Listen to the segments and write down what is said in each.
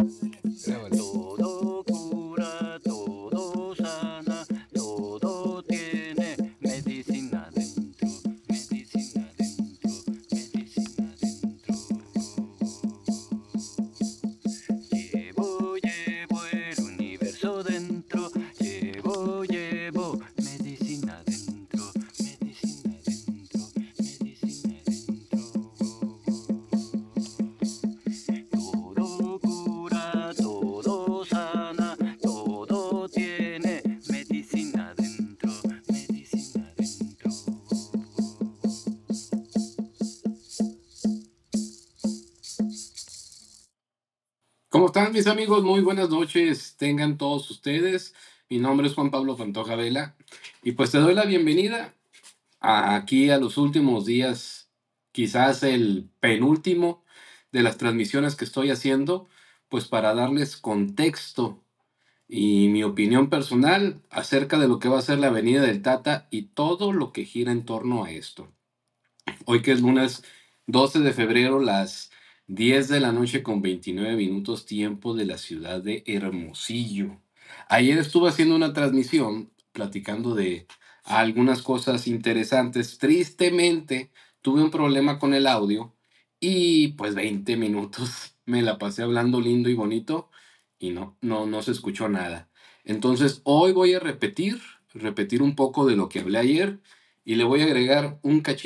Grábalo. Todo cura, todo sana, todo tiene medicina dentro, medicina dentro, medicina dentro. Llevo el universo dentro, llevo medicina dentro, medicina dentro, medicina dentro. Todo cura, todo sana, todo tiene medicina dentro, medicina dentro. ¿Cómo están mis amigos? Muy buenas noches. Tengan todos ustedes. Mi nombre es Juan Pablo Pantoja Vela y pues te doy la bienvenida aquí a los últimos días, quizás el penúltimo de las transmisiones que estoy haciendo, pues para darles contexto y mi opinión personal acerca de lo que va a ser la Avenida del Tata y todo lo que gira en torno a esto. Hoy que es lunes 12 de febrero, las 10 de la noche con 29 minutos tiempo de la ciudad de Hermosillo. Ayer estuve haciendo una transmisión platicando de algunas cosas interesantes. Tristemente tuve un problema con el audio y pues 20 minutos me la pasé hablando lindo y bonito y no se escuchó nada. Entonces hoy voy a repetir un poco de lo que hablé ayer y le voy a agregar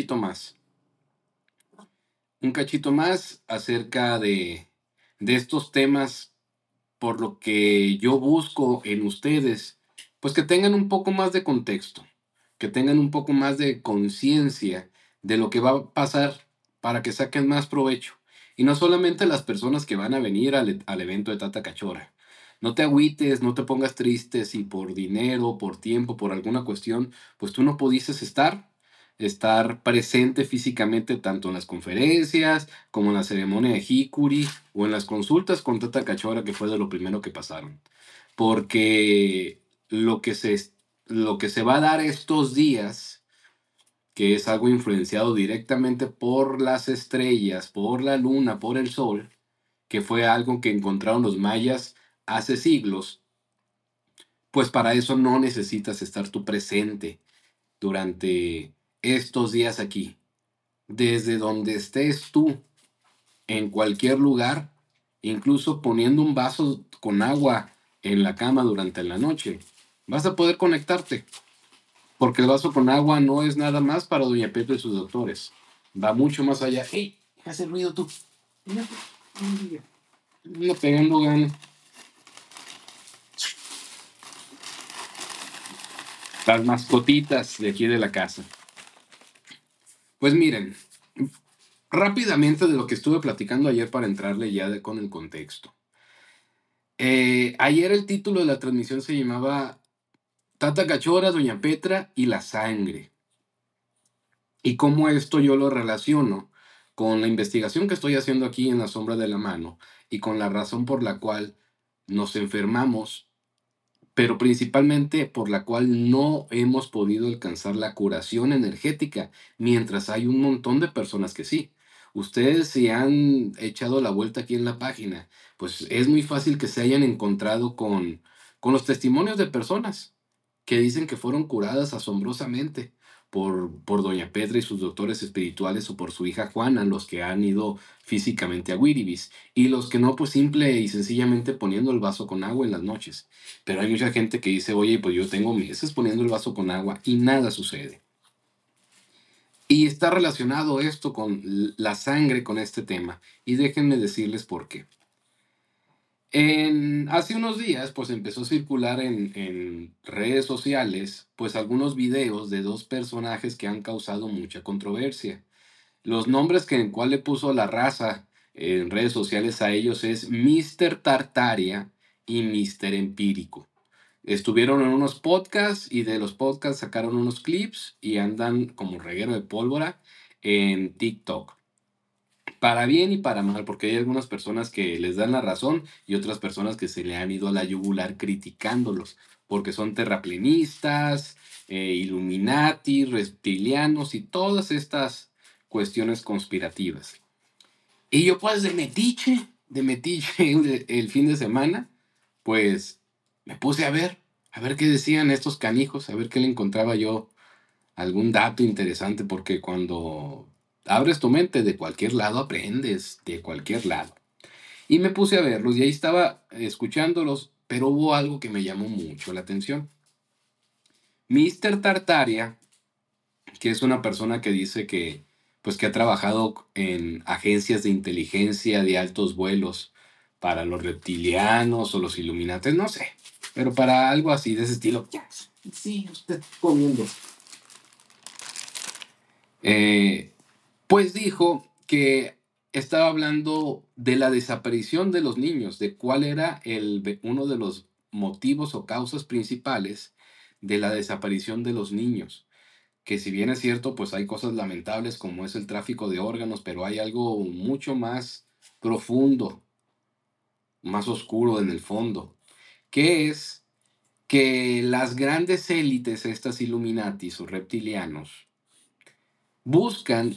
un cachito más acerca de estos temas, por lo que yo busco en ustedes, pues que tengan un poco más de contexto, que tengan un poco más de conciencia de lo que va a pasar para que saquen más provecho. Y no solamente las personas que van a venir al evento de Tata Cachora. No te agüites, no te pongas triste si por dinero, por tiempo, por alguna cuestión, pues tú no pudiste estar presente físicamente tanto en las conferencias como en la ceremonia de Hikuri o en las consultas con Tata Cachora, que fue de lo primero que pasaron. Porque lo que se, lo que se va a dar estos días, que es algo influenciado directamente por las estrellas, por la luna, por el sol, que fue algo que encontraron los mayas hace siglos, pues para eso no necesitas estar tú presente durante estos días aquí. Desde donde estés tú, en cualquier lugar, incluso poniendo un vaso con agua en la cama durante la noche, vas a poder conectarte, porque el vaso con agua no es nada más para Doña Pepe y sus doctores. Va mucho más allá. ¡Ey! Hace ruido tú. No, no pegando ganas. Las mascotitas de aquí de la casa. Pues miren, rápidamente de lo que estuve platicando ayer para entrarle ya con el contexto. Ayer el título de la transmisión se llamaba Tata Cachora, Doña Petra y la sangre. Y cómo esto yo lo relaciono con la investigación que estoy haciendo aquí en la sombra de la mano y con la razón por la cual nos enfermamos, pero principalmente por la cual no hemos podido alcanzar la curación energética, mientras hay un montón de personas que sí. Ustedes se han echado la vuelta aquí en la página, pues es muy fácil que se hayan encontrado con los testimonios de personas que dicen que fueron curadas asombrosamente por Doña Petra y sus doctores espirituales o por su hija Juana, los que han ido físicamente a Wiribis, y los que no, pues simple y sencillamente poniendo el vaso con agua en las noches. Pero hay mucha gente que dice, oye, pues yo tengo meses poniendo el vaso con agua y nada sucede. Y está relacionado esto con la sangre, con este tema. Y déjenme decirles por qué. Hace unos días, pues empezó a circular en redes sociales, pues algunos videos de dos personajes que han causado mucha controversia. Los nombres que en cual le puso la raza en redes sociales a ellos es Mr. Tartaria y Mr. Empírico. Estuvieron en unos podcasts y de los podcasts sacaron unos clips y andan como reguero de pólvora en TikTok. Para bien y para mal, porque hay algunas personas que les dan la razón y otras personas que se le han ido a la yugular criticándolos, porque son terraplenistas, Illuminati, reptilianos y todas estas cuestiones conspirativas. Y yo pues de metiche de metiche el fin de semana, pues me puse a ver qué decían estos canijos, a ver qué le encontraba yo algún dato interesante, porque cuando abres tu mente de cualquier lado aprendes, de cualquier lado. Y me puse a verlos y ahí estaba escuchándolos, pero hubo algo que me llamó mucho la atención. Mr. Tartaria, que es una persona que dice que, pues, que ha trabajado en agencias de inteligencia de altos vuelos para los reptilianos o los iluminantes, no sé, pero para algo así de ese estilo. Ya, sí, usted comiendo. Eh, pues dijo que estaba hablando de la desaparición de los niños, de cuál era uno de los motivos o causas principales de la desaparición de los niños. Que si bien es cierto, pues hay cosas lamentables como es el tráfico de órganos, pero hay algo mucho más profundo, más oscuro en el fondo, que es que las grandes élites, estas Illuminatis o reptilianos, buscan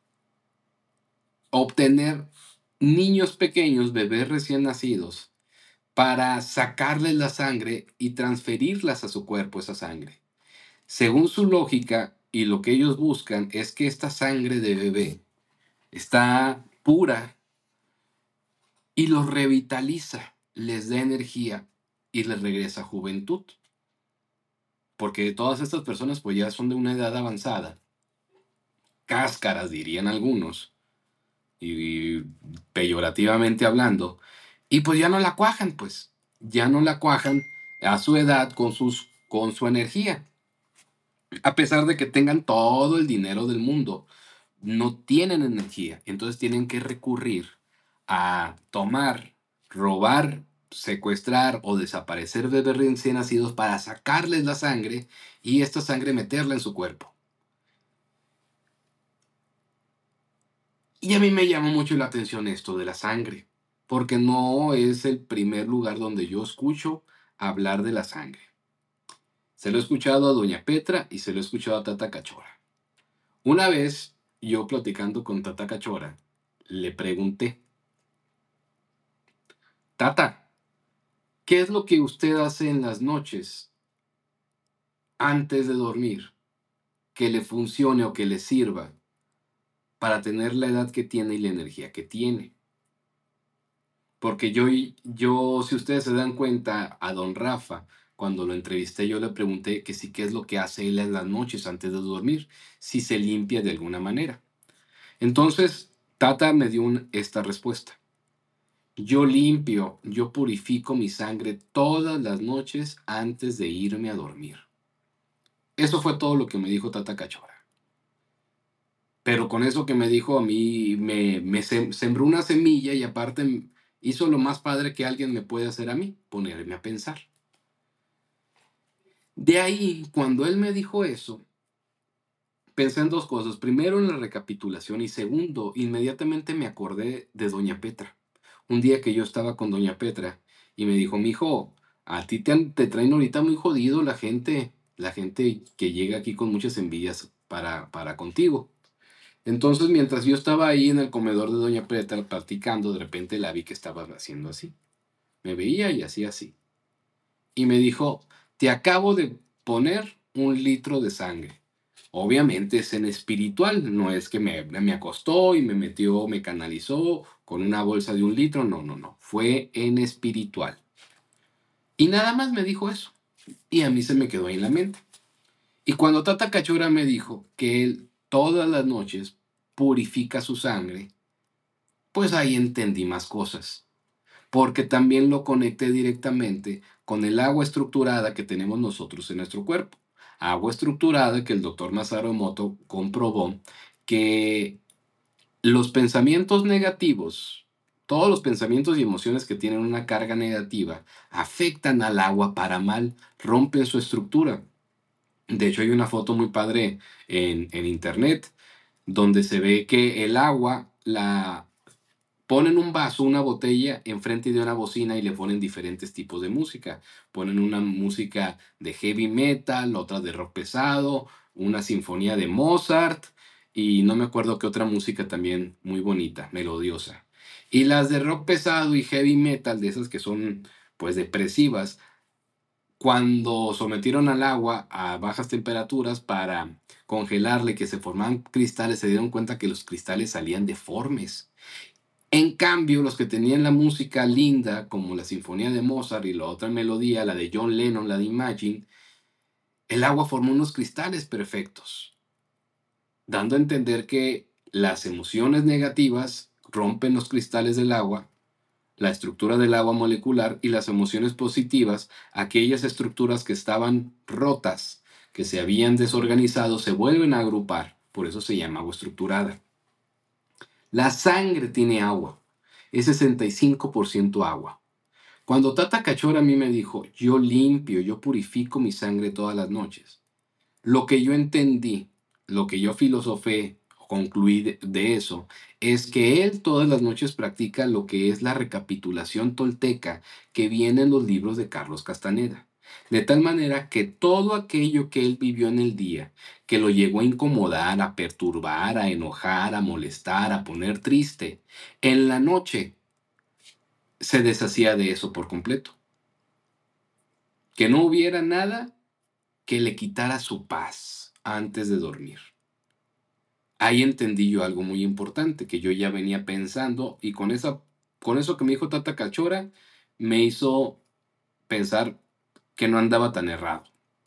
obtener niños pequeños, bebés recién nacidos, para sacarles la sangre y transferirlas a su cuerpo, esa sangre. Según su lógica y lo que ellos buscan es que esta sangre de bebé está pura y los revitaliza, les da energía y les regresa juventud. Porque todas estas personas pues ya son de una edad avanzada, cáscaras dirían algunos, y peyorativamente hablando, y pues ya no la cuajan, pues, ya no la cuajan a su edad con su energía. A pesar de que tengan todo el dinero del mundo, no tienen energía. Entonces tienen que recurrir a tomar, robar, secuestrar o desaparecer bebés recién nacidos para sacarles la sangre y esta sangre meterla en su cuerpo. Y a mí me llama mucho la atención esto de la sangre, porque no es el primer lugar donde yo escucho hablar de la sangre. Se lo he escuchado a Doña Petra y se lo he escuchado a Tata Cachora. Una vez, yo platicando con Tata Cachora, le pregunté, Tata, ¿qué es lo que usted hace en las noches antes de dormir que le funcione o que le sirva para tener la edad que tiene y la energía que tiene? Porque yo, si ustedes se dan cuenta, a don Rafa, cuando lo entrevisté, yo le pregunté que sí, qué es lo que hace él en las noches antes de dormir, si se limpia de alguna manera. Entonces, Tata me dio esta respuesta. Yo limpio, yo purifico mi sangre todas las noches antes de irme a dormir. Eso fue todo lo que me dijo Tata Cachora. Pero con eso que me dijo a mí, sembró una semilla y aparte hizo lo más padre que alguien me puede hacer a mí, ponerme a pensar. De ahí, cuando él me dijo eso, pensé en dos cosas. Primero, en la recapitulación y segundo, inmediatamente me acordé de Doña Petra. Un día que yo estaba con Doña Petra y me dijo, mijo, a ti te traen ahorita muy jodido la gente que llega aquí con muchas envidias para contigo. Entonces, mientras yo estaba ahí en el comedor de Doña Petra platicando, de repente la vi que estaba haciendo así. Me veía y hacía así. Y me dijo, te acabo de poner 1 litro de sangre. Obviamente es en espiritual, no es que me acostó y me metió, me canalizó con una bolsa de 1 litro, no, no, no, fue en espiritual. Y nada más me dijo eso. Y a mí se me quedó ahí en la mente. Y cuando Tata Cachora me dijo que él todas las noches purifica su sangre, pues ahí entendí más cosas. Porque también lo conecté directamente con el agua estructurada que tenemos nosotros en nuestro cuerpo. Agua estructurada que el doctor Masaru Emoto comprobó que los pensamientos negativos, todos los pensamientos y emociones que tienen una carga negativa, afectan al agua para mal, rompen su estructura. De hecho, hay una foto muy padre en internet donde se ve que el agua la ponen un vaso, una botella enfrente de una bocina y le ponen diferentes tipos de música. Ponen una música de heavy metal, otra de rock pesado, una sinfonía de Mozart y no me acuerdo qué otra música también muy bonita, melodiosa. Y las de rock pesado y heavy metal, de esas que son pues depresivas, cuando sometieron al agua a bajas temperaturas para congelarle, que se formaban cristales, se dieron cuenta que los cristales salían deformes. En cambio, los que tenían la música linda, como la Sinfonía de Mozart y la otra melodía, la de John Lennon, la de Imagine, el agua formó unos cristales perfectos, dando a entender que las emociones negativas rompen los cristales del agua, la estructura del agua molecular, y las emociones positivas, aquellas estructuras que estaban rotas, que se habían desorganizado, se vuelven a agrupar. Por eso se llama agua estructurada. La sangre tiene agua, es 65% agua. Cuando Tata Cachora a mí me dijo, yo limpio, yo purifico mi sangre todas las noches, lo que yo entendí, lo que yo filosofé, concluí de eso, es que él todas las noches practica lo que es la recapitulación tolteca que viene en los libros de Carlos Castaneda. De tal manera que todo aquello que él vivió en el día, que lo llegó a incomodar, a perturbar, a enojar, a molestar, a poner triste, en la noche se deshacía de eso por completo. Que no hubiera nada que le quitara su paz antes de dormir. Ahí entendí yo algo muy importante que yo ya venía pensando, y con eso que me dijo Tata Cachora me hizo pensar que no andaba tan errado.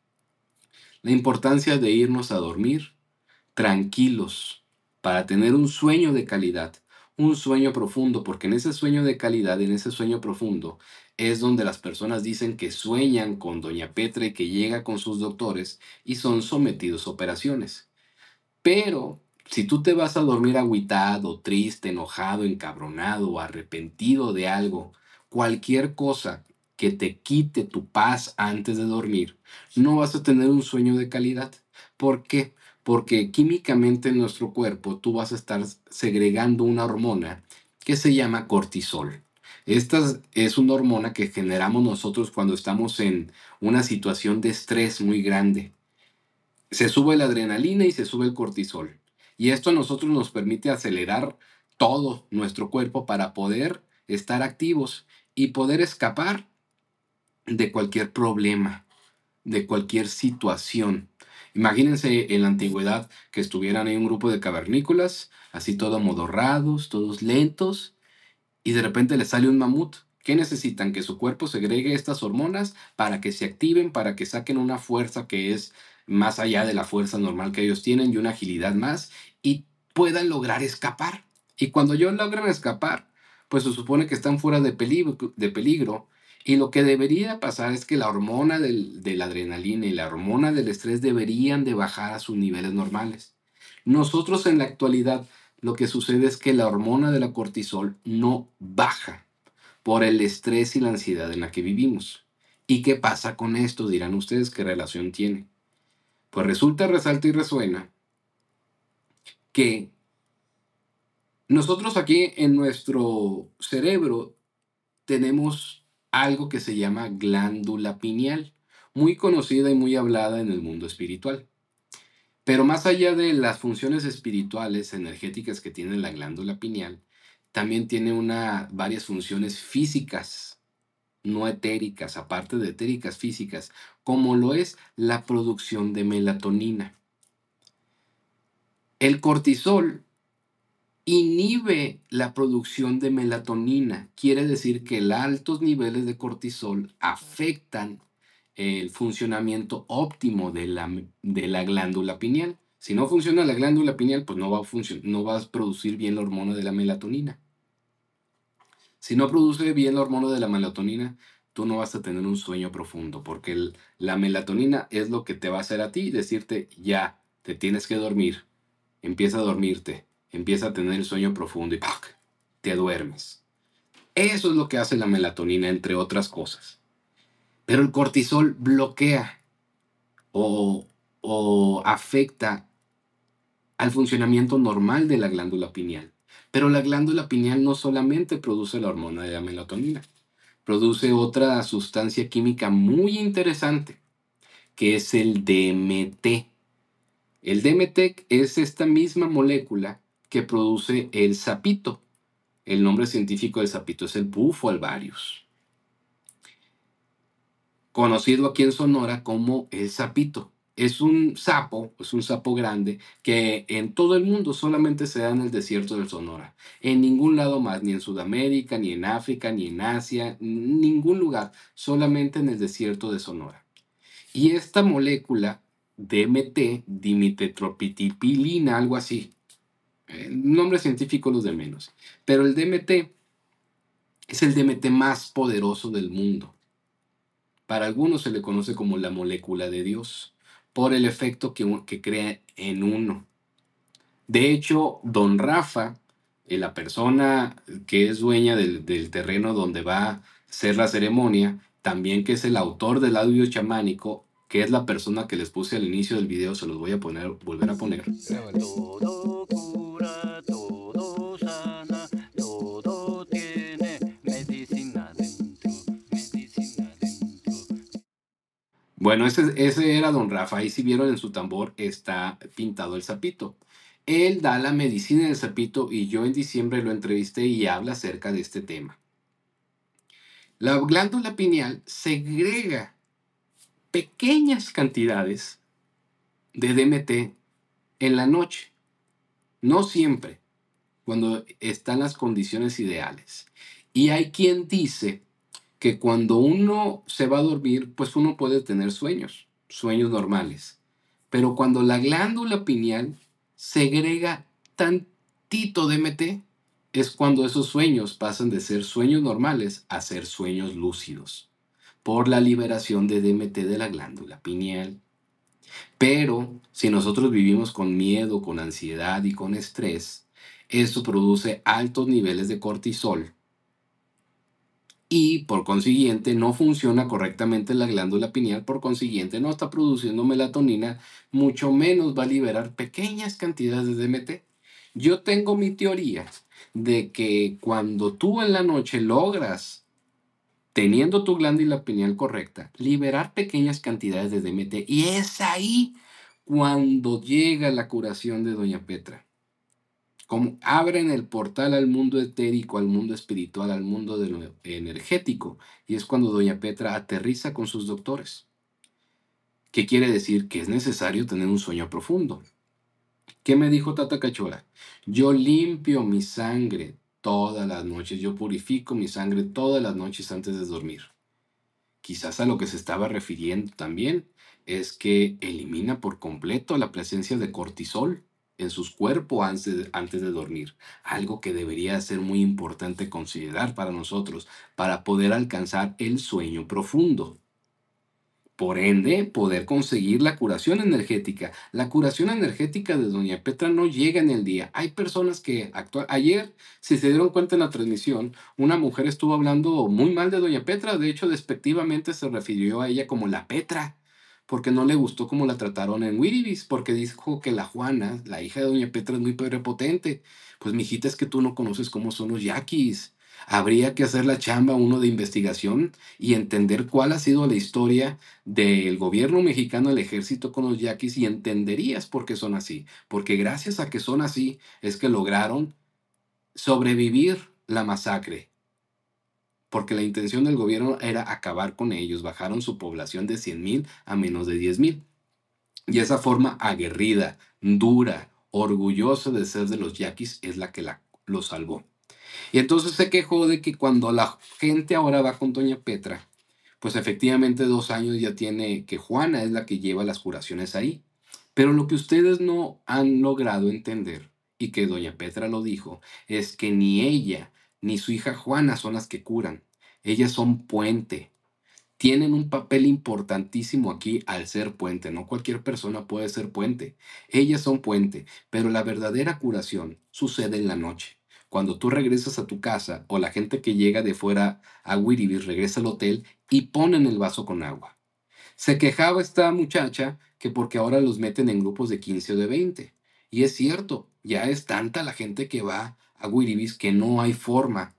La importancia de irnos a dormir tranquilos para tener un sueño de calidad, un sueño profundo, porque en ese sueño de calidad, en ese sueño profundo, es donde las personas dicen que sueñan con Doña Petra y que llega con sus doctores y son sometidos a operaciones. Pero si tú te vas a dormir agüitado, triste, enojado, encabronado o arrepentido de algo, cualquier cosa que te quite tu paz antes de dormir, no vas a tener un sueño de calidad. ¿Por qué? Porque químicamente en nuestro cuerpo tú vas a estar segregando una hormona que se llama cortisol. Esta es una hormona que generamos nosotros cuando estamos en una situación de estrés muy grande. Se sube la adrenalina y se sube el cortisol. Y esto a nosotros nos permite acelerar todo nuestro cuerpo para poder estar activos y poder escapar de cualquier problema, de cualquier situación. Imagínense en la antigüedad que estuvieran en un grupo de cavernícolas, así todos amodorrados, todos lentos, y de repente le sale un mamut. ¿Qué necesitan? Que su cuerpo segregue estas hormonas para que se activen, para que saquen una fuerza que es más allá de la fuerza normal que ellos tienen y una agilidad más, y puedan lograr escapar. Y cuando ellos logran escapar, pues se supone que están fuera de peligro, y lo que debería pasar es que la hormona de la adrenalina y la hormona del estrés deberían de bajar a sus niveles normales. Nosotros en la actualidad lo que sucede es que la hormona de la cortisol no baja por el estrés y la ansiedad en la que vivimos. ¿Y qué pasa con esto? Dirán ustedes, ¿qué relación tiene? Pues resulta, resalta y resuena que nosotros aquí en nuestro cerebro tenemos algo que se llama glándula pineal, muy conocida y muy hablada en el mundo espiritual. Pero más allá de las funciones espirituales, energéticas que tiene la glándula pineal, también tiene varias funciones físicas, no etéricas, aparte de etéricas físicas, como lo es la producción de melatonina. El cortisol inhibe la producción de melatonina. Quiere decir que los altos niveles de cortisol afectan el funcionamiento óptimo de la glándula pineal. Si no funciona la glándula pineal, pues no va a producir bien la hormona de la melatonina. Si no produce bien la hormona de la melatonina, tú no vas a tener un sueño profundo, porque la melatonina es lo que te va a hacer a ti decirte, ya, te tienes que dormir, empieza a dormirte, empieza a tener el sueño profundo y ¡pac! Te duermes. Eso es lo que hace la melatonina, entre otras cosas. Pero el cortisol bloquea o, o afecta al funcionamiento normal de la glándula pineal. Pero la glándula pineal no solamente produce la hormona de la melatonina, produce otra sustancia química muy interesante, que es el DMT. El DMT es esta misma molécula que produce el sapito. El nombre científico del sapito es el Bufo alvarius, conocido aquí en Sonora como el sapito. Es un sapo grande que en todo el mundo solamente se da en el desierto del Sonora. En ningún lado más, ni en Sudamérica, ni en África, ni en Asia, ningún lugar, solamente en el desierto de Sonora. Y esta molécula DMT, dimetetropitipilina, algo así, nombre científico los de menos, pero el DMT es el DMT más poderoso del mundo. Para algunos se le conoce como la molécula de Dios, por el efecto que crea en uno. De hecho, don Rafa, la persona que es dueña del terreno donde va a ser la ceremonia, también que es el autor del audio chamánico, que es la persona que les puse al inicio del video, se los voy a volver a poner. Grábalo. Todo cura, todo sana, todo tiene medicina dentro, medicina dentro. Bueno, ese era don Rafa. Ahí si vieron en su tambor está pintado el sapito. Él da la medicina del sapito y yo en diciembre lo entrevisté y habla acerca de este tema. La glándula pineal segrega pequeñas cantidades de DMT en la noche, no siempre, cuando están las condiciones ideales. Y hay quien dice que cuando uno se va a dormir, pues uno puede tener sueños, sueños normales. Pero cuando la glándula pineal segrega tantito DMT, es cuando esos sueños pasan de ser sueños normales a ser sueños lúcidos, por la liberación de DMT de la glándula pineal. Pero si nosotros vivimos con miedo, con ansiedad y con estrés, esto produce altos niveles de cortisol y por consiguiente no funciona correctamente la glándula pineal, por consiguiente no está produciendo melatonina, mucho menos va a liberar pequeñas cantidades de DMT. Yo tengo mi teoría de que cuando tú en la noche logras, teniendo tu glándula pineal correcta, liberar pequeñas cantidades de DMT, y es ahí cuando llega la curación de Doña Petra. Como abren el portal al mundo etérico, al mundo espiritual, al mundo de lo energético. Y es cuando Doña Petra aterriza con sus doctores. ¿Qué quiere decir? Que es necesario tener un sueño profundo. ¿Qué me dijo Tata Cachora? Yo limpio mi sangre todas las noches, yo purifico mi sangre todas las noches antes de dormir. Quizás a lo que se estaba refiriendo también es que elimina por completo la presencia de cortisol en sus cuerpos antes de dormir, algo que debería ser muy importante considerar para nosotros para poder alcanzar el sueño profundo. Por ende, poder conseguir la curación energética. La curación energética de Doña Petra no llega en el día. Hay personas que ayer, si se dieron cuenta en la transmisión, una mujer estuvo hablando muy mal de Doña Petra. De hecho, despectivamente se refirió a ella como la Petra, porque no le gustó cómo la trataron en Wiribis, porque dijo que la Juana, la hija de Doña Petra, es muy prepotente. Pues, mijita, es que tú no conoces cómo son los yaquis. Habría que hacer la chamba uno de investigación y entender cuál ha sido la historia del gobierno mexicano, el ejército con los yaquis, y entenderías por qué son así. Porque gracias a que son así es que lograron sobrevivir la masacre. Porque la intención del gobierno era acabar con ellos. Bajaron su población de 100,000 a menos de 10,000. Y esa forma aguerrida, dura, orgullosa de ser de los yaquis es la que lo salvó. Y entonces se quejó de que cuando la gente ahora va con Doña Petra, pues efectivamente 2 años ya tiene que Juana es la que lleva las curaciones ahí. Pero lo que ustedes no han logrado entender, y que Doña Petra lo dijo, es que ni ella ni su hija Juana son las que curan. Ellas son puente. Tienen un papel importantísimo aquí al ser puente. No cualquier persona puede ser puente. Ellas son puente, pero la verdadera curación sucede en la noche. Cuando tú regresas a tu casa o la gente que llega de fuera a Wiribis regresa al hotel y ponen el vaso con agua. Se quejaba esta muchacha que porque ahora los meten en grupos de 15 o de 20. Y es cierto, ya es tanta la gente que va a Wiribis que no hay forma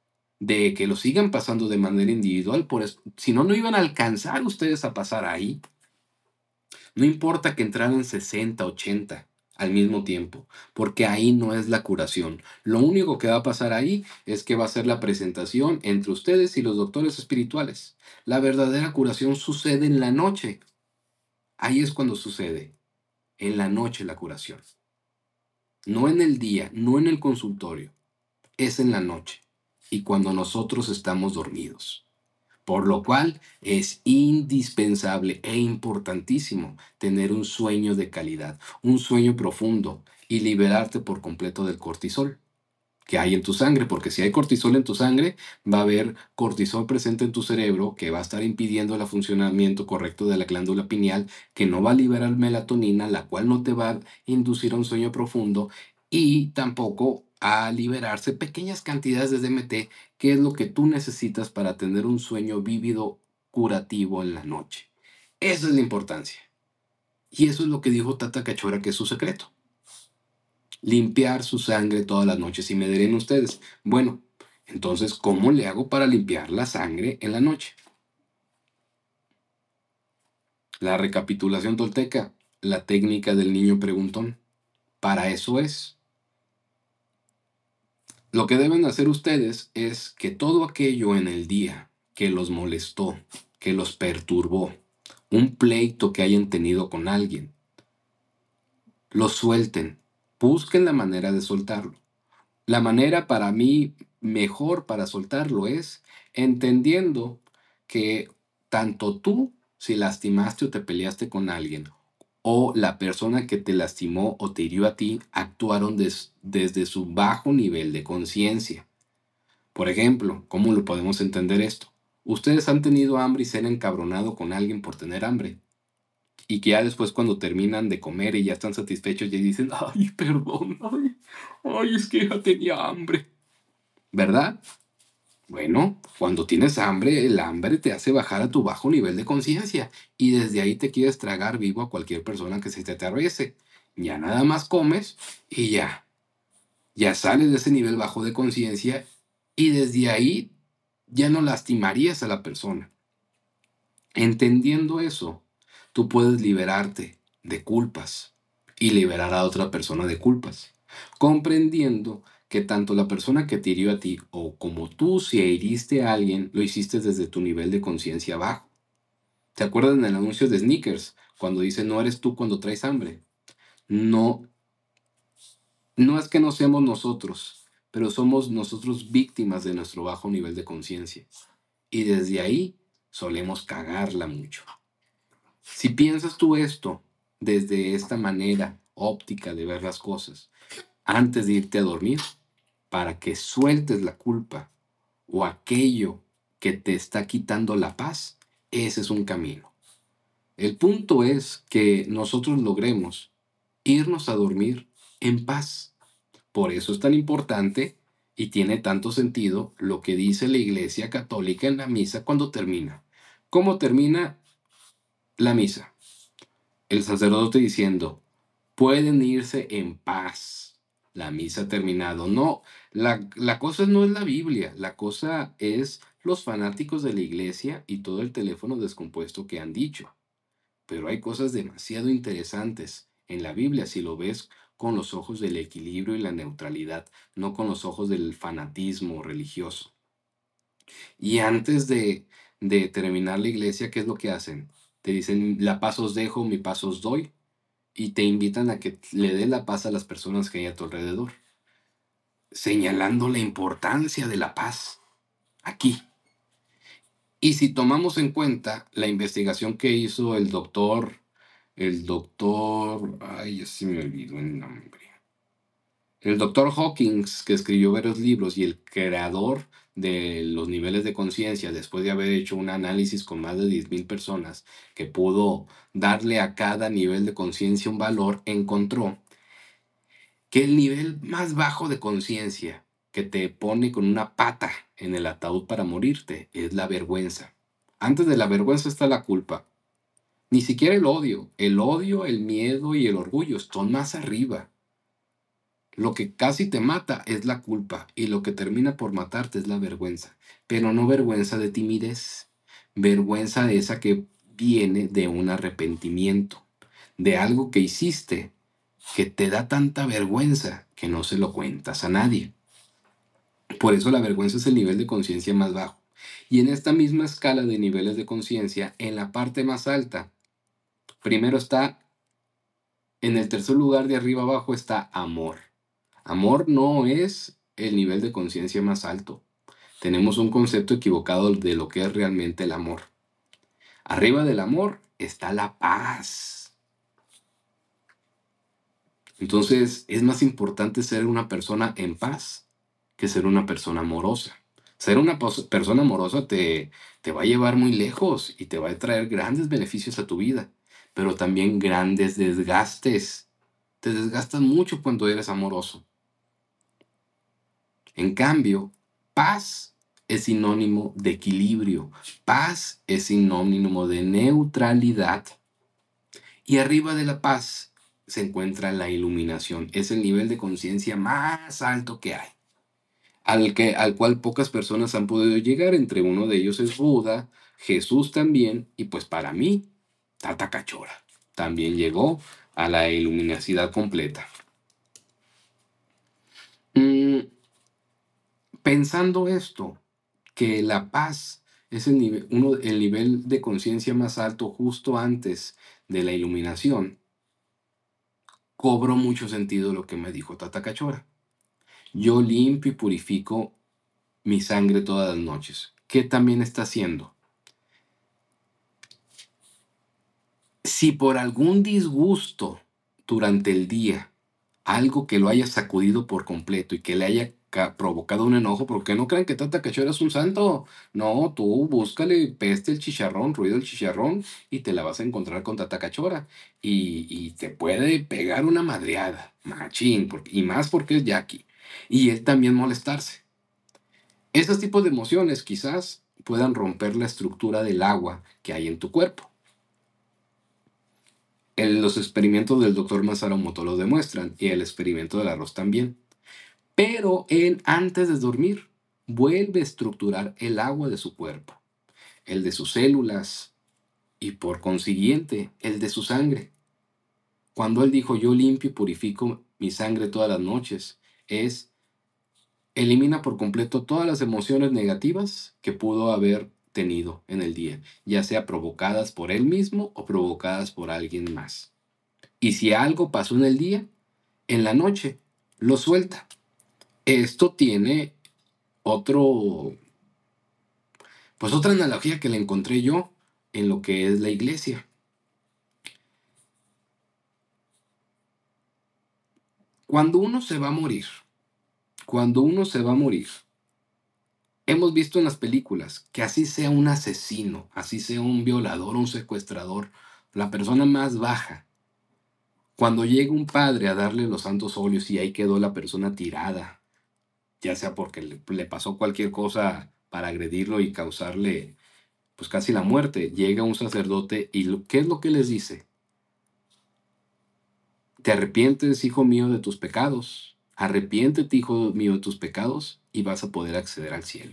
de que lo sigan pasando de manera individual, por eso, si no, no iban a alcanzar ustedes a pasar ahí. No importa que entraran 60, 80, al mismo tiempo, porque ahí no es la curación. Lo único que va a pasar ahí es que va a ser la presentación entre ustedes y los doctores espirituales. La verdadera curación sucede en la noche. Ahí es cuando sucede, en la noche la curación. No en el día, no en el consultorio, es en la noche y cuando nosotros estamos dormidos. Por lo cual es indispensable e importantísimo tener un sueño de calidad, un sueño profundo y liberarte por completo del cortisol que hay en tu sangre, porque si hay cortisol en tu sangre, va a haber cortisol presente en tu cerebro que va a estar impidiendo el funcionamiento correcto de la glándula pineal, que no va a liberar melatonina, la cual no te va a inducir a un sueño profundo y tampoco a liberarse pequeñas cantidades de DMT, que es lo que tú necesitas para tener un sueño vívido curativo en la noche. Esa es la importancia. Y eso es lo que dijo Tata Cachora que es su secreto. Limpiar su sangre todas las noches. Y me dirán ustedes, bueno, entonces, ¿cómo le hago para limpiar la sangre en la noche? La recapitulación tolteca, la técnica del niño preguntón. Para eso es. Lo que deben hacer ustedes es que todo aquello en el día que los molestó, que los perturbó, un pleito que hayan tenido con alguien, lo suelten. Busquen la manera de soltarlo. La manera para mí mejor para soltarlo es entendiendo que tanto tú, si lastimaste o te peleaste con alguien, o la persona que te lastimó o te hirió a ti, actuaron desde su bajo nivel de conciencia. Por ejemplo, ¿cómo lo podemos entender esto? Ustedes han tenido hambre y se han encabronado con alguien por tener hambre. Y que ya después cuando terminan de comer y ya están satisfechos, ya dicen, ay, perdón, ay, es que ya tenía hambre. ¿Verdad? Bueno, cuando tienes hambre, el hambre te hace bajar a tu bajo nivel de conciencia y desde ahí te quieres tragar vivo a cualquier persona que se te atraviese. Ya nada más comes y ya sales de ese nivel bajo de conciencia y desde ahí ya no lastimarías a la persona. Entendiendo eso, tú puedes liberarte de culpas y liberar a otra persona de culpas, comprendiendo que tanto la persona que te hirió a ti o como tú si heriste a alguien, lo hiciste desde tu nivel de conciencia bajo. ¿Te acuerdas en el anuncio de Snickers cuando dice no eres tú cuando traes hambre? No, no es que no seamos nosotros, pero somos nosotros víctimas de nuestro bajo nivel de conciencia. Y desde ahí solemos cagarla mucho. Si piensas tú esto desde esta manera óptica de ver las cosas, antes de irte a dormir, para que sueltes la culpa o aquello que te está quitando la paz, ese es un camino. El punto es que nosotros logremos irnos a dormir en paz. Por eso es tan importante y tiene tanto sentido lo que dice la Iglesia Católica en la misa cuando termina. ¿Cómo termina la misa? El sacerdote diciendo, pueden irse en paz. La misa ha terminado. No, la cosa no es la Biblia, la cosa es los fanáticos de la iglesia y todo el teléfono descompuesto que han dicho. Pero hay cosas demasiado interesantes en la Biblia si lo ves con los ojos del equilibrio y la neutralidad, no con los ojos del fanatismo religioso. Y antes de terminar la iglesia, ¿qué es lo que hacen? Te dicen, la paz os dejo, mi paz os doy y te invitan a que le dé la paz a las personas que hay a tu alrededor, señalando la importancia de la paz aquí. Y si tomamos en cuenta la investigación que hizo ay, ya se me olvidó el nombre, el doctor Hawkins, que escribió varios libros y el creador de los niveles de conciencia, después de haber hecho un análisis con más de 10,000 personas, que pudo darle a cada nivel de conciencia un valor, encontró que el nivel más bajo de conciencia que te pone con una pata en el ataúd para morirte es la vergüenza. Antes de la vergüenza está la culpa. Ni siquiera el odio. El odio, el miedo y el orgullo están más arriba. Lo que casi te mata es la culpa y lo que termina por matarte es la vergüenza. Pero no vergüenza de timidez. Vergüenza esa que viene de un arrepentimiento, de algo que hiciste que te da tanta vergüenza que no se lo cuentas a nadie. Por eso la vergüenza es el nivel de conciencia más bajo. Y en esta misma escala de niveles de conciencia, en la parte más alta, primero está, en el tercer lugar de arriba abajo está amor. Amor no es el nivel de conciencia más alto. Tenemos un concepto equivocado de lo que es realmente el amor. Arriba del amor está la paz. Entonces, es más importante ser una persona en paz que ser una persona amorosa. Ser una persona amorosa te va a llevar muy lejos y te va a traer grandes beneficios a tu vida, pero también grandes desgastes. Te desgastas mucho cuando eres amoroso. En cambio, paz es sinónimo de equilibrio. Paz es sinónimo de neutralidad. Y arriba de la paz se encuentra la iluminación. Es el nivel de conciencia más alto que hay, al cual pocas personas han podido llegar. Entre uno de ellos es Buda, Jesús también, y pues para mí, Tata Cachora también llegó a la iluminacidad completa. Mm, Pensando esto, que la paz es el nivel de conciencia más alto justo antes de la iluminación, cobró mucho sentido lo que me dijo Tata Cachora. Yo limpio y purifico mi sangre todas las noches. ¿Qué también está haciendo? Si por algún disgusto durante el día, algo que lo haya sacudido por completo y que le haya provocado un enojo, porque no crean que Tata Cachora es un santo. No, tú búscale peste el chicharrón, ruido el chicharrón, y te la vas a encontrar con Tata Cachora. Y te puede pegar una madreada, machín, y más porque es Jackie. Y él también molestarse. Esos tipos de emociones quizás puedan romper la estructura del agua que hay en tu cuerpo. Los experimentos del doctor Masaru Emoto lo demuestran y el experimento del arroz también. Pero él, antes de dormir, vuelve a estructurar el agua de su cuerpo, el de sus células y por consiguiente el de su sangre. Cuando él dijo yo limpio y purifico mi sangre todas las noches, es elimina por completo todas las emociones negativas que pudo haber tenido en el día, ya sea provocadas por él mismo o provocadas por alguien más. Y si algo pasó en el día, en la noche, lo suelta. Esto tiene otro, pues otra analogía que le encontré yo en lo que es la iglesia. Cuando uno se va a morir, cuando uno se va a morir, hemos visto en las películas que así sea un asesino, así sea un violador, un secuestrador, la persona más baja, cuando llega un padre a darle los santos óleos y ahí quedó la persona tirada, ya sea porque le pasó cualquier cosa para agredirlo y causarle pues casi la muerte, llega un sacerdote y ¿qué es lo que les dice? Te arrepientes, hijo mío, de tus pecados. Arrepiéntete, hijo mío, de tus pecados y vas a poder acceder al cielo.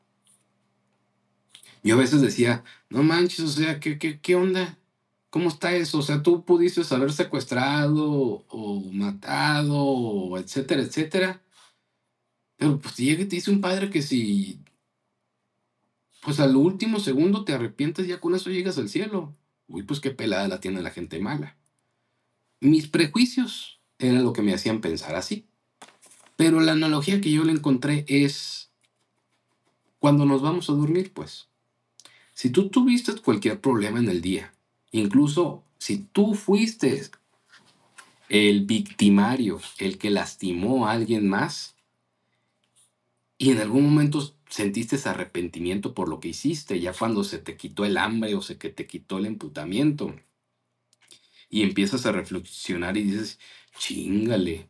Yo a veces decía, no manches, o sea, ¿qué onda? ¿Cómo está eso? O sea, tú pudiste haber secuestrado o matado, o etcétera, etcétera. Pero pues te llega y te dice un padre que si, pues al último segundo te arrepientes, ya con eso llegas al cielo. Uy, pues qué pelada la tiene la gente mala. Mis prejuicios eran lo que me hacían pensar así. Pero la analogía que yo le encontré es cuando nos vamos a dormir, pues. Si tú tuviste cualquier problema en el día, incluso si tú fuiste el victimario, el que lastimó a alguien más, y en algún momento sentiste ese arrepentimiento por lo que hiciste, ya cuando se te quitó el hambre o se que te quitó el emputamiento, y empiezas a reflexionar y dices, chingale,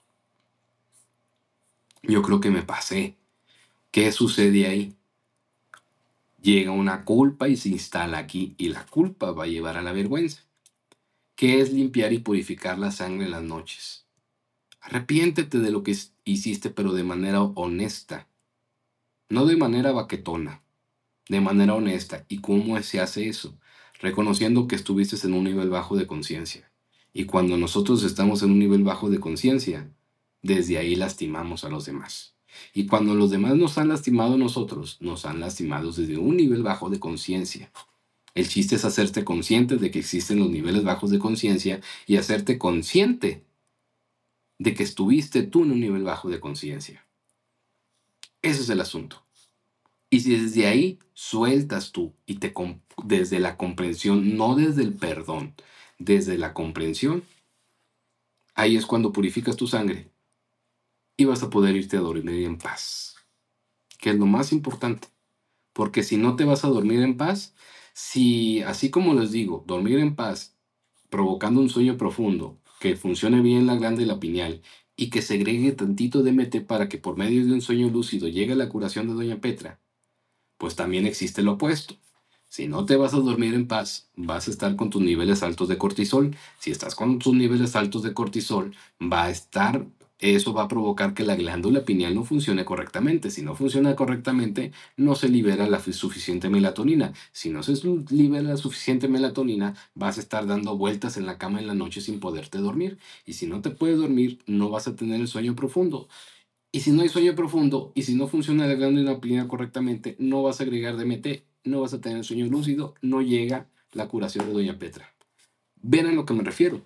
yo creo que me pasé. ¿Qué sucede ahí? Llega una culpa y se instala aquí, y la culpa va a llevar a la vergüenza, que es limpiar y purificar la sangre en las noches. Arrepiéntete de lo que hiciste, pero de manera honesta, no de manera baquetona, de manera honesta. ¿Y cómo se hace eso? Reconociendo que estuviste en un nivel bajo de conciencia. Y cuando nosotros estamos en un nivel bajo de conciencia, desde ahí lastimamos a los demás. Y cuando los demás nos han lastimado a nosotros, nos han lastimado desde un nivel bajo de conciencia. El chiste es hacerte consciente de que existen los niveles bajos de conciencia y hacerte consciente de que estuviste tú en un nivel bajo de conciencia. Ese es el asunto. Y si desde ahí sueltas tú y desde la comprensión, no desde el perdón, desde la comprensión, ahí es cuando purificas tu sangre y vas a poder irte a dormir en paz, que es lo más importante. Porque si no te vas a dormir en paz, si así como les digo, dormir en paz provocando un sueño profundo, que funcione bien la glándula pineal y que segregue tantito DMT para que por medio de un sueño lúcido llegue a la curación de Doña Petra, pues también existe lo opuesto. Si no te vas a dormir en paz, vas a estar con tus niveles altos de cortisol. Si estás con tus niveles altos de cortisol, eso va a provocar que la glándula pineal no funcione correctamente. Si no funciona correctamente, no se libera la suficiente melatonina. Si no se libera la suficiente melatonina, vas a estar dando vueltas en la cama en la noche sin poderte dormir. Y si no te puedes dormir, no vas a tener el sueño profundo. Y si no hay sueño profundo, y si no funciona la glándula pineal correctamente, no vas a agregar DMT, no vas a tener sueño lúcido, no llega la curación de Doña Petra. ¿Ven a lo que me refiero?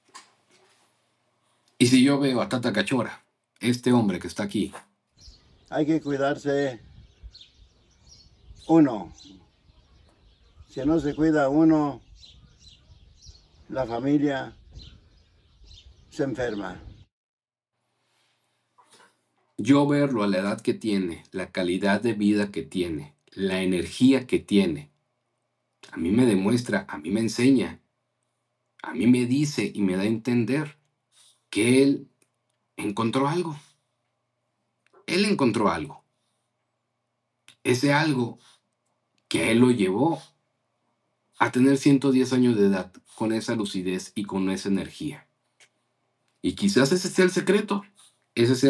Y si yo veo a Tata Cachora, este hombre que está aquí, Hay que cuidarse uno. Si no se cuida uno, la familia se enferma. yo verlo a la edad que tiene, la calidad de vida que tiene, la energía que tiene, a mí me demuestra, a mí me enseña, a mí me dice y me da a entender que él encontró algo. Él encontró algo. Ese algo que a él lo llevó a tener 110 años de edad con esa lucidez y con esa energía. Y quizás ese sea el secreto. Ese sea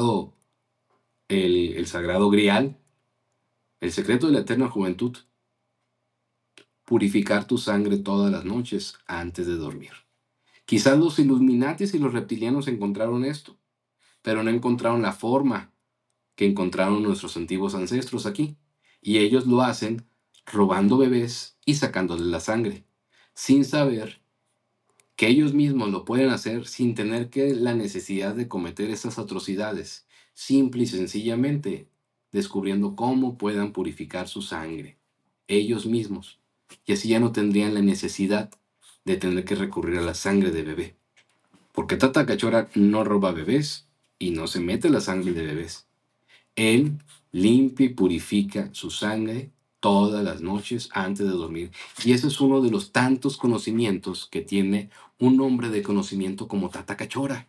el sagrado grial, el secreto de la eterna juventud. Purificar tu sangre todas las noches antes de dormir. Quizás los Illuminatis y los reptilianos encontraron esto, pero no encontraron la forma que encontraron nuestros antiguos ancestros aquí. Y ellos lo hacen robando bebés y sacándoles la sangre, sin saber que ellos mismos lo pueden hacer sin tener que la necesidad de cometer esas atrocidades, simple y sencillamente descubriendo cómo puedan purificar su sangre, ellos mismos, y así ya no tendrían la necesidad de tener que recurrir a la sangre de bebé, porque Tata Cachora no roba bebés y no se mete la sangre de bebés. Él limpia y purifica su sangre todas las noches antes de dormir. Y ese es uno de los tantos conocimientos que tiene un hombre de conocimiento como Tata Cachora.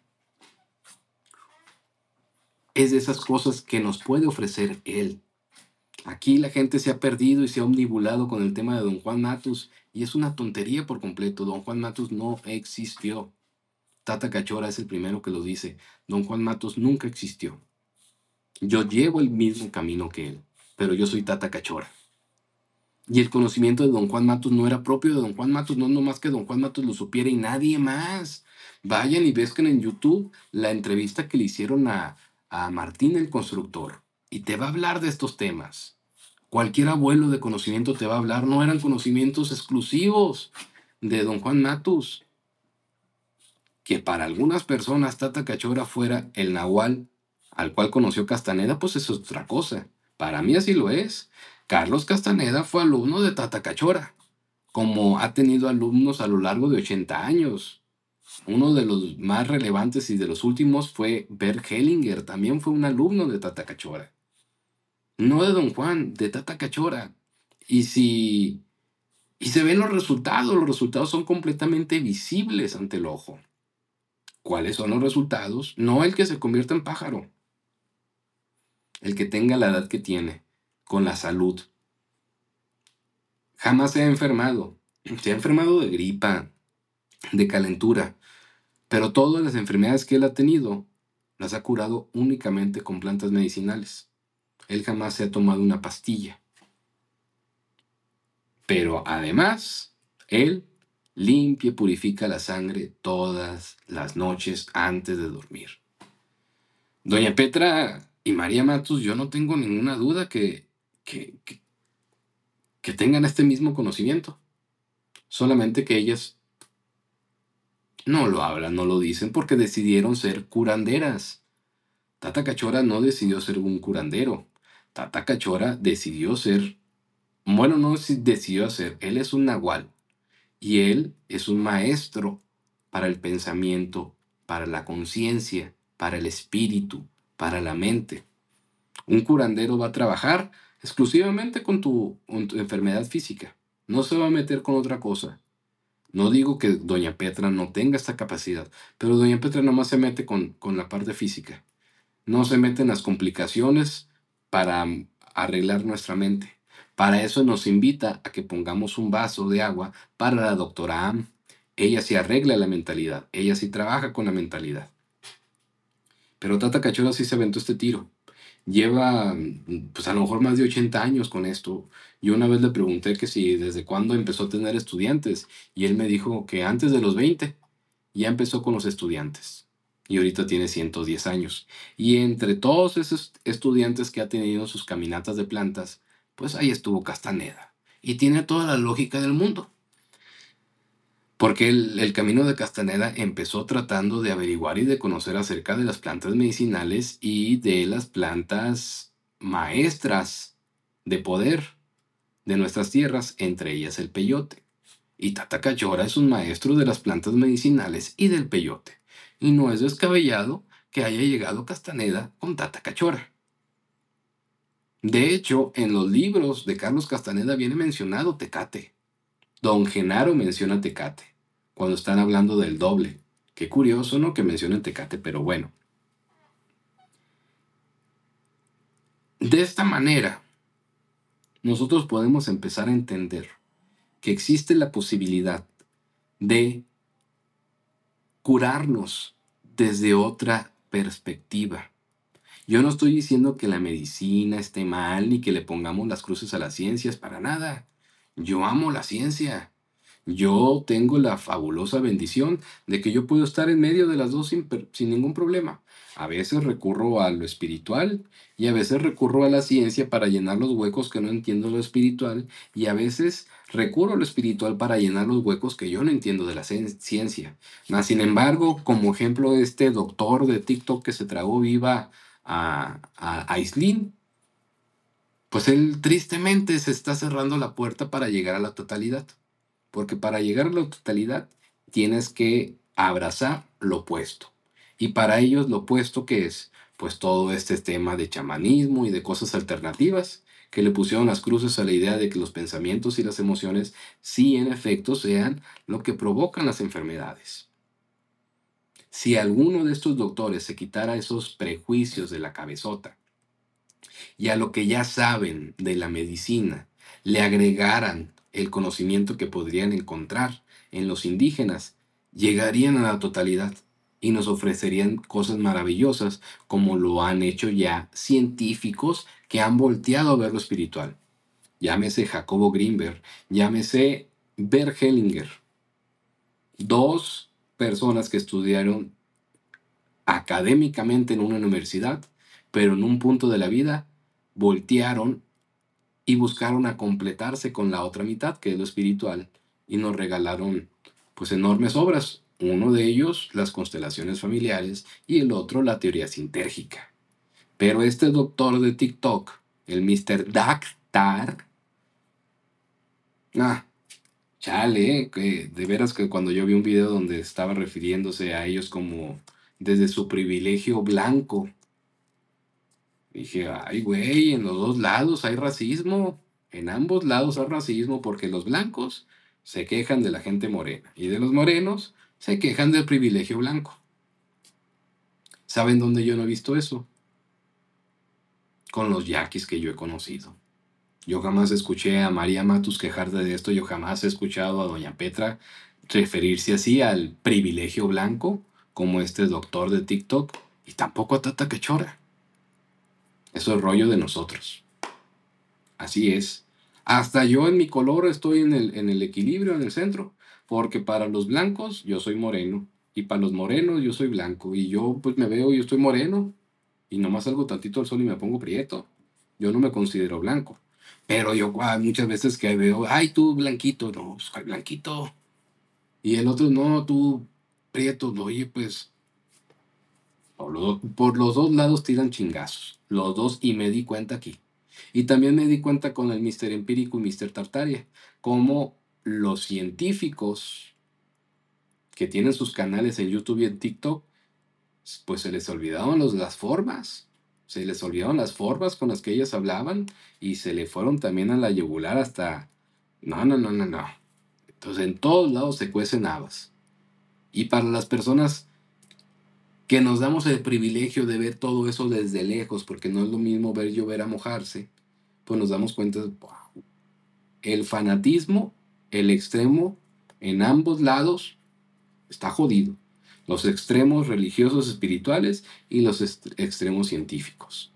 Es de esas cosas que nos puede ofrecer él. Aquí la gente se ha perdido y se ha omnibulado con el tema de Don Juan Matus y es una tontería por completo. Don Juan Matus no existió. Tata Cachora es el primero que lo dice. Don Juan Matus nunca existió. Yo llevo el mismo camino que él, pero yo soy Tata Cachora. Y el conocimiento de Don Juan Matus no era propio de Don Juan Matus, no nomás que Don Juan Matus lo supiera y nadie más. Vayan y busquen en YouTube la entrevista que le hicieron a Martín el Constructor y te va a hablar de estos temas. Cualquier abuelo de conocimiento te va a hablar, no eran conocimientos exclusivos de Don Juan Matus. Que para algunas personas Tata Cachora fuera el nahual al cual conoció Castaneda, pues eso es otra cosa. Para mí así lo es. Carlos Castaneda fue alumno de Tata Cachora, como ha tenido alumnos a lo largo de 80 años. Uno de los más relevantes y de los últimos fue Bert Hellinger, también fue un alumno de Tata Cachora. No de Don Juan, de Tata Cachora. Y si y se ven los resultados son completamente visibles ante el ojo. ¿Cuáles son los resultados? No el que se convierta en pájaro, el que tenga la edad que tiene, con la salud. Jamás se ha enfermado. Se ha enfermado de gripa, de calentura, pero todas las enfermedades que él ha tenido las ha curado únicamente con plantas medicinales. Él jamás se ha tomado una pastilla. Pero además, él limpia y purifica la sangre todas las noches antes de dormir. Doña Petra y María Matus, yo no tengo ninguna duda que, que, que tengan este mismo conocimiento, solamente que ellas no lo hablan, no lo dicen porque decidieron ser curanderas. Tata Cachora no decidió ser un curandero. Tata Cachora decidió ser, bueno, no si decidió ser, él es un nahual y él es un maestro para el pensamiento, para la conciencia, para el espíritu, para la mente. Un curandero va a trabajar exclusivamente con tu enfermedad física. No se va a meter con otra cosa. No digo que Doña Petra no tenga esta capacidad, pero Doña Petra nomás se mete con la parte física. No se mete en las complicaciones para arreglar nuestra mente. Para eso nos invita a que pongamos un vaso de agua para la doctora Am. Ella sí arregla la mentalidad, ella sí trabaja con la mentalidad. Pero Tata Cachorro sí se aventó este tiro. Lleva, pues a lo mejor más de 80 años con esto. Yo una vez le pregunté que si desde cuándo empezó a tener estudiantes y él me dijo que antes de los 20 ya empezó con los estudiantes. Y ahorita tiene 110 años. Y entre todos esos estudiantes que ha tenido en sus caminatas de plantas, pues ahí estuvo Castaneda. Y tiene toda la lógica del mundo. Porque el camino de Castaneda empezó tratando de averiguar y de conocer acerca de las plantas medicinales y de las plantas maestras de poder de nuestras tierras, entre ellas el peyote. Y Tata Cachora es un maestro de las plantas medicinales y del peyote. Y no es descabellado que haya llegado Castaneda con Tata Cachora. De hecho, en los libros de Carlos Castaneda viene mencionado Tecate. Don Genaro menciona Tecate cuando están hablando del doble. Qué curioso, ¿no? Que mencionen Tecate, pero bueno. De esta manera, nosotros podemos empezar a entender que existe la posibilidad de curarnos desde otra perspectiva. Yo no estoy diciendo que la medicina esté mal ni que le pongamos las cruces a las ciencias, para nada. Yo amo la ciencia. Yo tengo la fabulosa bendición de que yo puedo estar en medio de las dos sin ningún problema. A veces recurro a lo espiritual y a veces recurro a la ciencia para llenar los huecos que no entiendo lo espiritual y a veces recurro a lo espiritual para llenar los huecos que yo no entiendo de la ciencia. Mas, sin embargo, como ejemplo, este doctor de TikTok que se tragó viva a Aislinn, pues él tristemente se está cerrando la puerta para llegar a la totalidad. Porque para llegar a la totalidad tienes que abrazar lo opuesto. Y para ellos lo opuesto que es, pues todo este tema de chamanismo y de cosas alternativas que le pusieron las cruces a la idea de que los pensamientos y las emociones sí en efecto sean lo que provocan las enfermedades. Si alguno de estos doctores se quitara esos prejuicios de la cabezota y a lo que ya saben de la medicina le agregaran el conocimiento que podrían encontrar en los indígenas, llegarían a la totalidad y nos ofrecerían cosas maravillosas como lo han hecho ya científicos que han volteado a ver lo espiritual. Llámese Jacobo Greenberg, llámese Bert Hellinger, dos personas que estudiaron académicamente en una universidad, pero en un punto de la vida voltearon y buscaron a completarse con la otra mitad, que es lo espiritual, y nos regalaron pues enormes obras. Uno de ellos, las constelaciones familiares, y el otro, la teoría sintérgica. Pero este doctor de TikTok, el Mr. Daktar, ah, chale, que de veras que cuando yo vi un video donde estaba refiriéndose a ellos como desde su privilegio blanco, dije, ay, güey, en los dos lados hay racismo. En ambos lados hay racismo porque los blancos se quejan de la gente morena y de los morenos se quejan del privilegio blanco. ¿Saben dónde yo no he visto eso? Con los yaquis que yo he conocido. Yo jamás escuché a María Matus quejarse de esto, yo jamás he escuchado a Doña Petra referirse así al privilegio blanco, como este doctor de TikTok, y tampoco a Tata Quechora. Eso es rollo de nosotros. Así es. Hasta yo en mi color estoy en el equilibrio, en el centro. porque para los blancos yo soy moreno, y para los morenos yo soy blanco, y yo pues me veo, yo estoy moreno, y nomás salgo tantito al sol y me pongo prieto. Yo no me considero blanco. Pero yo muchas veces que veo, ay, tú blanquito, no, pues, ¿cuál blanquito? Y el otro, no, tú prieto, no, oye, pues por los dos lados tiran chingazos, los dos, y me di cuenta aquí. Y también me di cuenta con el Mr. Empírico y Mr. Tartaria, cómo los científicos que tienen sus canales en YouTube y en TikTok, pues se les olvidaron las formas. Se les olvidaron las formas con las que ellas hablaban y se le fueron también a la yugular hasta... No, no, no, no, no. Entonces en todos lados se cuecen habas. Y para las personas que nos damos el privilegio de ver todo eso desde lejos, porque no es lo mismo ver llover a mojarse, pues nos damos cuenta, wow, el fanatismo, el extremo, en ambos lados, está jodido. Los extremos religiosos espirituales y los extremos científicos.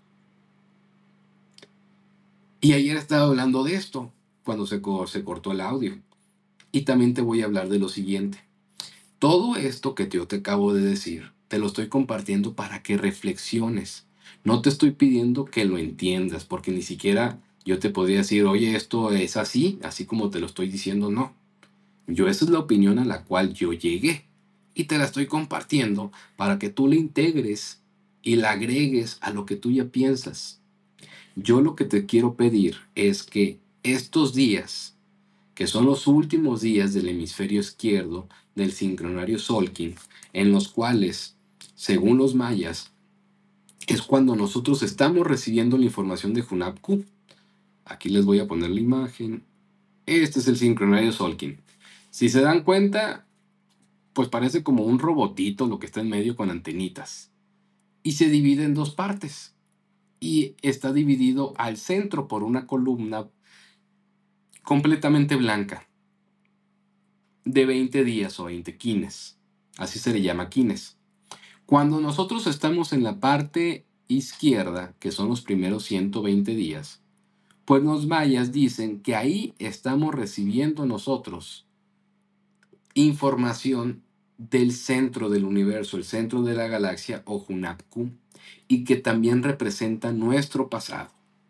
Y ayer estaba hablando de esto, cuando se cortó el audio. Y también te voy a hablar de lo siguiente. Todo esto que yo te acabo de decir, te lo estoy compartiendo para que reflexiones. No te estoy pidiendo que lo entiendas, porque ni siquiera yo te podría decir, oye, esto es así, así como te lo estoy diciendo, no. Yo esa es la opinión a la cual yo llegué y te la estoy compartiendo para que tú la integres y la agregues a lo que tú ya piensas. Yo lo que te quiero pedir es que estos días, que son los últimos días del hemisferio izquierdo del sincronario Solkin, en los cuales, según los mayas, es cuando nosotros estamos recibiendo la información de Hunapku. Aquí les voy a poner la imagen. Este es el sincronario Solkin. Si se dan cuenta, pues parece como un robotito lo que está en medio con antenitas. Y se divide en dos partes. Y está dividido al centro por una columna completamente blanca, de 20 días o 20 quines. Así se le llama quines. Cuando nosotros estamos en la parte izquierda, que son los primeros 120 días, pues los mayas dicen que ahí estamos recibiendo nosotros información del centro del universo, el centro de la galaxia o Hunapku, y que también representa nuestro pasado.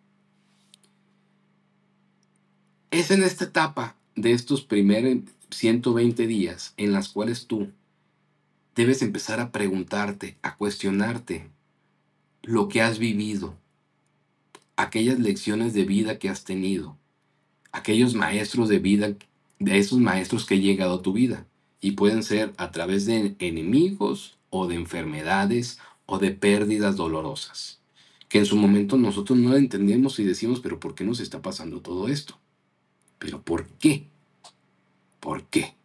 Es en esta etapa de estos primeros 120 días en las cuales tú debes empezar a preguntarte, a cuestionarte lo que has vivido, aquellas lecciones de vida que has tenido, aquellos maestros de vida, de esos maestros que han llegado a tu vida. Y pueden ser a través de enemigos o de enfermedades o de pérdidas dolorosas. Que en su momento nosotros no entendemos y decimos, pero ¿por qué nos está pasando todo esto? ¿Pero por qué? ¿Por qué?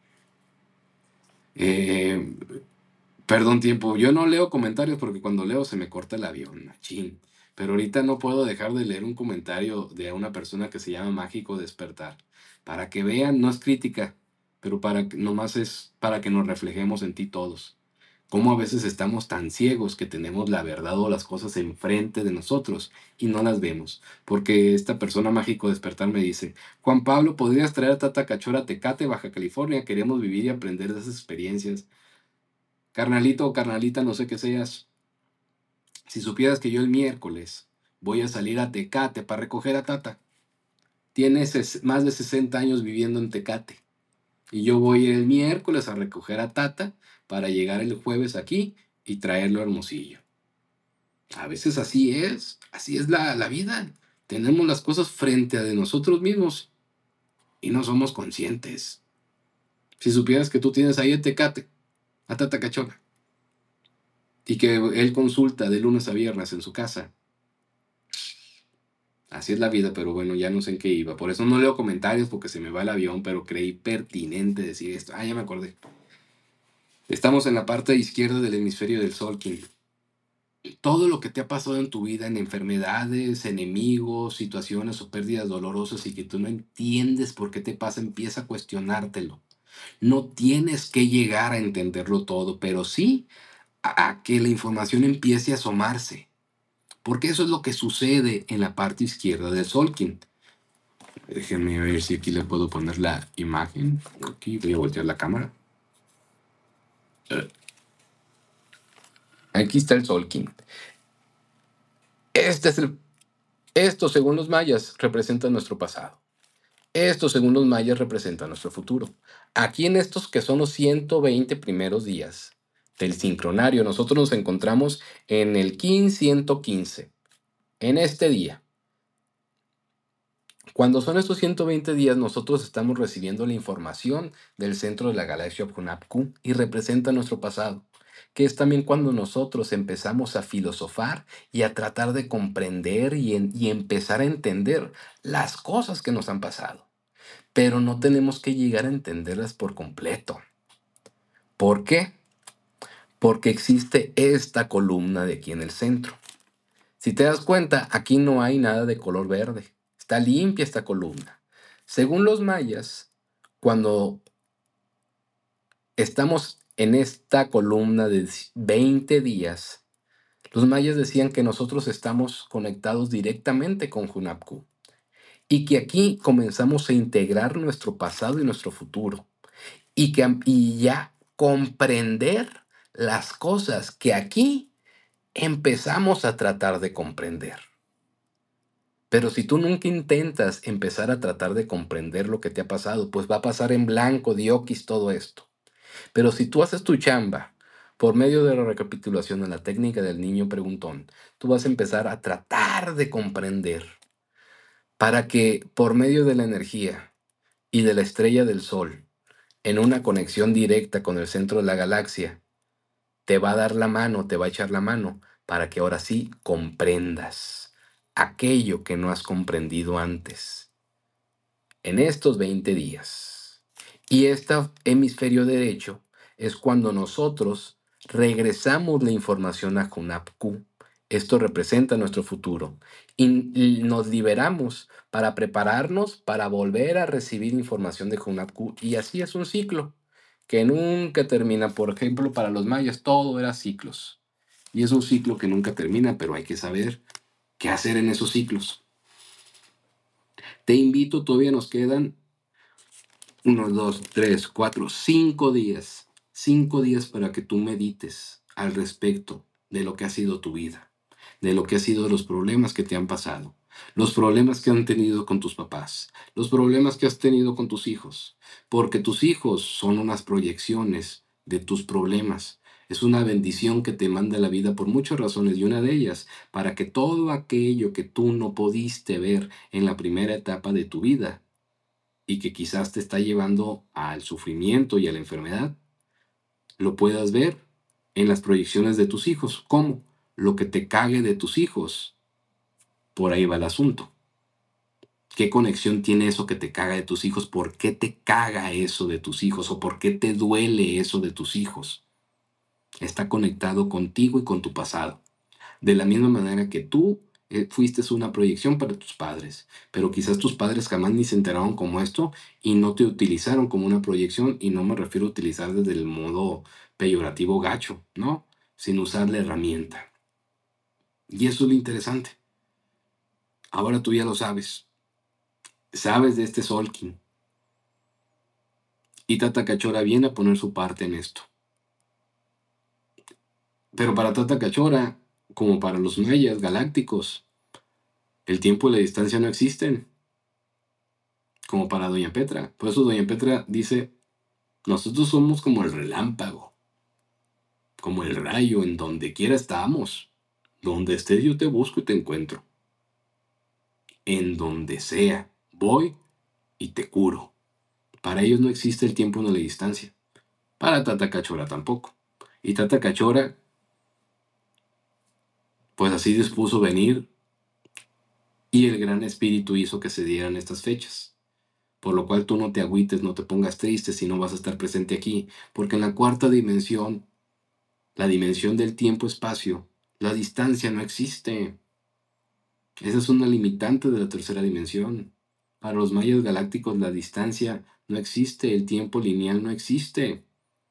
Eh, Perdón, tiempo. Yo no leo comentarios porque cuando leo se me corta el avión, machín. Pero ahorita no puedo dejar de leer un comentario de una persona que se llama Mágico Despertar. Para que vean, no es crítica, pero nomás es para que nos reflejemos en ti todos. Cómo a veces estamos tan ciegos que tenemos la verdad o las cosas enfrente de nosotros y no las vemos. Porque esta persona Mágico Despertar me dice, Juan Pablo, ¿podrías traer a Tata Cachora a Tecate, Baja California? Queremos vivir y aprender de esas experiencias. Carnalito o carnalita, no sé qué seas, si supieras que yo el miércoles voy a salir a Tecate para recoger a Tata. Tiene más de 60 años viviendo en Tecate. Y yo voy el miércoles a recoger a Tata para llegar el jueves aquí y traerlo a Hermosillo. A veces así es la vida. Tenemos las cosas frente a de nosotros mismos y no somos conscientes. Si supieras que tú tienes ahí a Tecate, a Tata Cachona, y que él consulta de lunes a viernes en su casa. Así es la vida, pero bueno, ya no sé en qué iba. Por eso no leo comentarios porque se me va el avión, pero creí pertinente decir esto. Ah, ya me acordé. Estamos en la parte izquierda del hemisferio del Sol, Kim. Todo lo que te ha pasado en tu vida, en enfermedades, enemigos, situaciones o pérdidas dolorosas y que tú no entiendes por qué te pasa, empieza a cuestionártelo. No tienes que llegar a entenderlo todo, pero sí a que la información empiece a asomarse. Porque eso es lo que sucede en la parte izquierda del Solkin. Déjenme ver si aquí le puedo poner la imagen. Aquí voy a voltear la cámara. Aquí está el Solkin. Este es esto, según los mayas, representa nuestro pasado. Esto, según los mayas, representa nuestro futuro. Aquí en estos que son los 120 primeros días del sincronario, nosotros nos encontramos en el 1515, en este día. Cuando son estos 120 días, nosotros estamos recibiendo la información del centro de la galaxia Hunapku y representa nuestro pasado, que es también cuando nosotros empezamos a filosofar y a tratar de comprender y empezar a entender las cosas que nos han pasado. Pero no tenemos que llegar a entenderlas por completo. ¿Por qué? Porque existe esta columna de aquí en el centro. Si te das cuenta, aquí no hay nada de color verde. Está limpia esta columna. Según los mayas, cuando estamos en esta columna de 20 días, los mayas decían que nosotros estamos conectados directamente con Hunapku y que aquí comenzamos a integrar nuestro pasado y nuestro futuro y ya comprender las cosas que aquí empezamos a tratar de comprender. Pero si tú nunca intentas empezar a tratar de comprender lo que te ha pasado, pues va a pasar en blanco, dioquis, todo esto. Pero si tú haces tu chamba por medio de la recapitulación en la técnica del niño preguntón, tú vas a empezar a tratar de comprender para que por medio de la energía y de la estrella del sol, en una conexión directa con el centro de la galaxia, te va a dar la mano, te va a echar la mano para que ahora sí comprendas aquello que no has comprendido antes en estos 20 días. Y este hemisferio derecho es cuando nosotros regresamos la información a Hunapku. Esto representa nuestro futuro y nos liberamos para prepararnos para volver a recibir información de Hunapku. Y así es un ciclo que nunca termina. Por ejemplo, para los mayas todo era ciclos. Y es un ciclo que nunca termina, pero hay que saber qué hacer en esos ciclos. Te invito, todavía nos quedan 1, 2, 3, 4, 5 días. 5 días para que tú medites al respecto de lo que ha sido tu vida, de lo que ha sido los problemas que te han pasado, los problemas que han tenido con tus papás, los problemas que has tenido con tus hijos, porque tus hijos son unas proyecciones de tus problemas. Es una bendición que te manda la vida por muchas razones y una de ellas para que todo aquello que tú no pudiste ver en la primera etapa de tu vida y que quizás te está llevando al sufrimiento y a la enfermedad, lo puedas ver en las proyecciones de tus hijos. ¿Cómo? Lo que te cague de tus hijos. Por ahí va el asunto. ¿Qué conexión tiene eso que te caga de tus hijos? ¿Por qué te caga eso de tus hijos? ¿O por qué te duele eso de tus hijos? Está conectado contigo y con tu pasado. De la misma manera que tú fuiste una proyección para tus padres, pero quizás tus padres jamás ni se enteraron como esto y no te utilizaron como una proyección, y no me refiero a utilizar desde el modo peyorativo gacho, ¿no? Sin usar la herramienta. Y eso es lo interesante. Ahora tú ya lo sabes. Sabes de este Solkin. Y Tata Cachora viene a poner su parte en esto. Pero para Tata Cachora, como para los mayas galácticos, el tiempo y la distancia no existen, como para Doña Petra. Por eso Doña Petra dice, nosotros somos como el relámpago, como el rayo, en donde quiera estamos. Donde estés yo te busco y te encuentro. En donde sea, voy y te curo. Para ellos no existe el tiempo ni la distancia. Para Tata Cachora tampoco. Y Tata Cachora, pues así dispuso venir, y el Gran Espíritu hizo que se dieran estas fechas. Por lo cual tú no te agüites, no te pongas triste si no vas a estar presente aquí, porque en la cuarta dimensión, la dimensión del tiempo-espacio, la distancia no existe. Esa es una limitante de la tercera dimensión. Para los mayas galácticos la distancia no existe, el tiempo lineal no existe.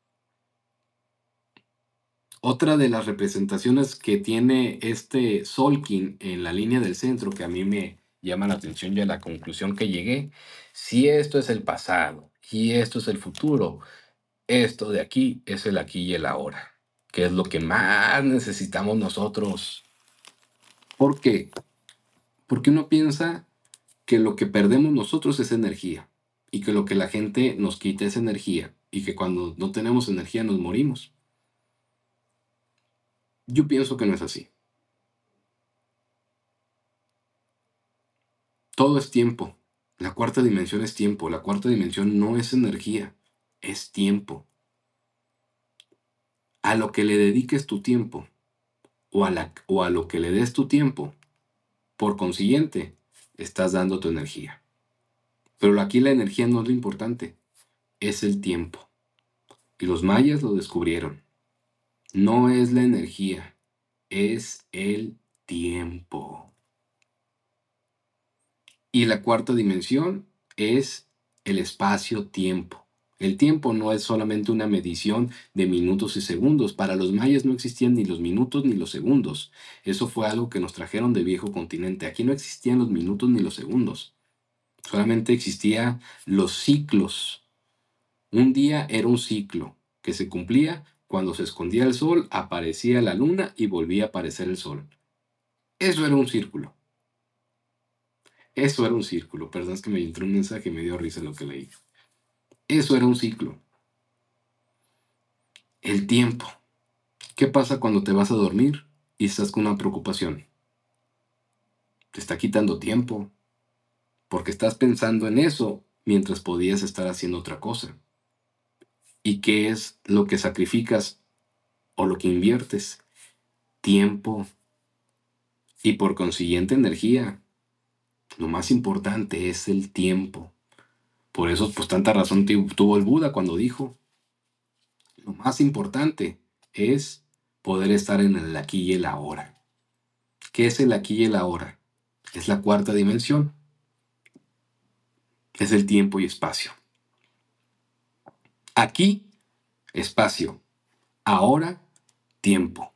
Otra de las representaciones que tiene este Solkin en la línea del centro, que a mí llama la atención y a la conclusión que llegué. Si esto es el pasado y esto es el futuro, esto de aquí es el aquí y el ahora, que es lo que más necesitamos nosotros. ¿Por qué? Porque uno piensa que lo que perdemos nosotros es energía y que lo que la gente nos quita es energía y que cuando no tenemos energía nos morimos. Yo pienso que no es así. Todo es tiempo. La cuarta dimensión es tiempo. La cuarta dimensión no es energía, es tiempo. A lo que le dediques tu tiempo o a lo que le des tu tiempo, por consiguiente, estás dando tu energía. Pero aquí la energía no es lo importante, es el tiempo. Y los mayas lo descubrieron. No es la energía, es el tiempo. Y la cuarta dimensión es el espacio-tiempo. El tiempo no es solamente una medición de minutos y segundos. Para los mayas no existían ni los minutos ni los segundos. Eso fue algo que nos trajeron del viejo continente. Aquí no existían los minutos ni los segundos. Solamente existían los ciclos. Un día era un ciclo que se cumplía cuando se escondía el sol, aparecía la luna y volvía a aparecer el sol. Eso era un círculo. Eso era un círculo. Perdón, es que me entró un mensaje y me dio risa lo que leí. Eso era un ciclo. El tiempo. ¿Qué pasa cuando te vas a dormir y estás con una preocupación? Te está quitando tiempo, porque estás pensando en eso mientras podías estar haciendo otra cosa. ¿Y qué es lo que sacrificas o lo que inviertes? Tiempo y por consiguiente energía. Lo más importante es el tiempo. Por eso, pues tanta razón tuvo el Buda cuando dijo, lo más importante es poder estar en el aquí y el ahora. ¿Qué es el aquí y el ahora? Es la cuarta dimensión. Es el tiempo y espacio. Aquí, espacio. Ahora, tiempo.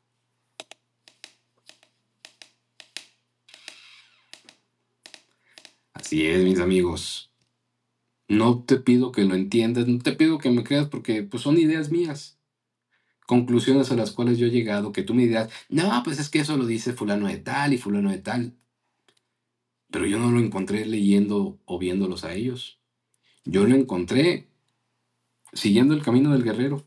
Así es, mis amigos. No te pido que lo entiendas, no te pido que me creas porque pues, son ideas mías. Conclusiones a las cuales yo he llegado, que tú me dirás, no, pues es que eso lo dice fulano de tal y fulano de tal. Pero yo no lo encontré leyendo o viéndolos a ellos. Yo lo encontré siguiendo el camino del guerrero,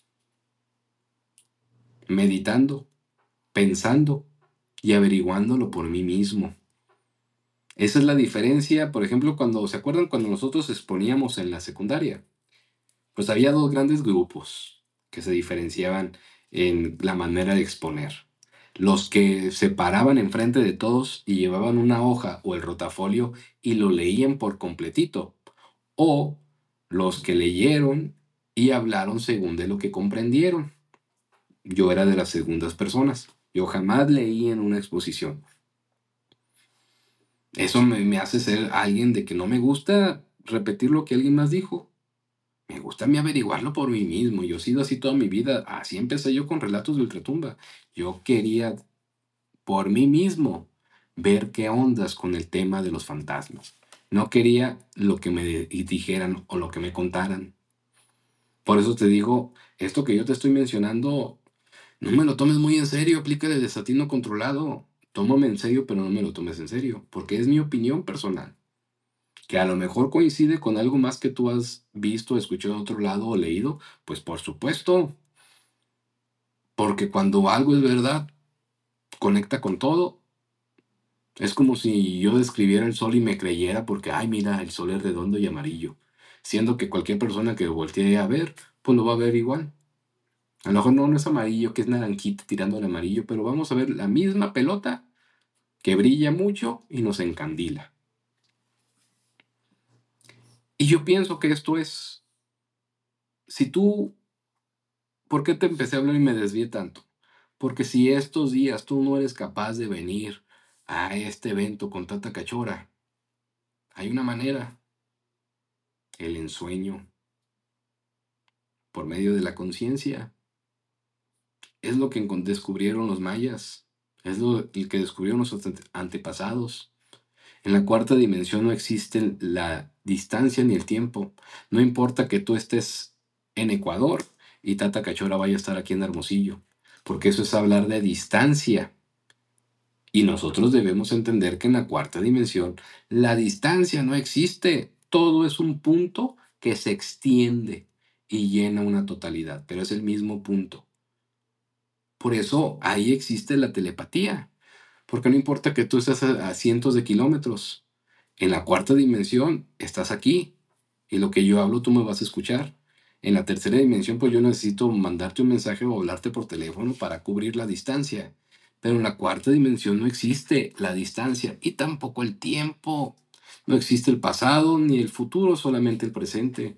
meditando, pensando y averiguándolo por mí mismo. Esa es la diferencia, por ejemplo, cuando, ¿se acuerdan cuando nosotros exponíamos en la secundaria? Pues había dos grandes grupos que se diferenciaban en la manera de exponer. Los que se paraban enfrente de todos y llevaban una hoja o el rotafolio y lo leían por completito. O los que leyeron y hablaron según de lo que comprendieron. Yo era de las segundas personas. Yo jamás leí en una exposición. Eso me hace ser alguien de que no me gusta repetir lo que alguien más dijo. Me gusta a mí averiguarlo por mí mismo. Yo he sido así toda mi vida. Así empecé yo con relatos de ultratumba. Yo quería por mí mismo ver qué ondas con el tema de los fantasmas. No quería lo que me dijeran o lo que me contaran. Por eso te digo, esto que yo te estoy mencionando, no me lo tomes muy en serio, aplícale el desatino controlado. Tómame en serio, pero no me lo tomes en serio, porque es mi opinión personal, que a lo mejor coincide con algo más que tú has visto, escuchado en otro lado o leído, pues por supuesto, porque cuando algo es verdad, conecta con todo. Es como si yo describiera el sol y me creyera porque, ay, mira, el sol es redondo y amarillo, siendo que cualquier persona que voltee a ver, pues lo va a ver igual. A lo mejor no es amarillo, que es naranjita tirando al amarillo, pero vamos a ver la misma pelota que brilla mucho y nos encandila. Y yo pienso que esto es, si tú, ¿por qué te empecé a hablar y me desvié tanto? Porque si estos días tú no eres capaz de venir a este evento con tanta cachora, hay una manera, el ensueño, por medio de la conciencia. Es lo que descubrieron los mayas, es lo que descubrieron nuestros antepasados. En la cuarta dimensión no existe la distancia ni el tiempo. No importa que tú estés en Ecuador y Tata Cachora vaya a estar aquí en Hermosillo, porque eso es hablar de distancia. Y nosotros debemos entender que en la cuarta dimensión la distancia no existe. Todo es un punto que se extiende y llena una totalidad, pero es el mismo punto. Por eso ahí existe la telepatía, porque no importa que tú estés a cientos de kilómetros, en la cuarta dimensión estás aquí y lo que yo hablo tú me vas a escuchar. En la tercera dimensión, pues yo necesito mandarte un mensaje o hablarte por teléfono para cubrir la distancia. Pero en la cuarta dimensión no existe la distancia y tampoco el tiempo. No existe el pasado ni el futuro, solamente el presente.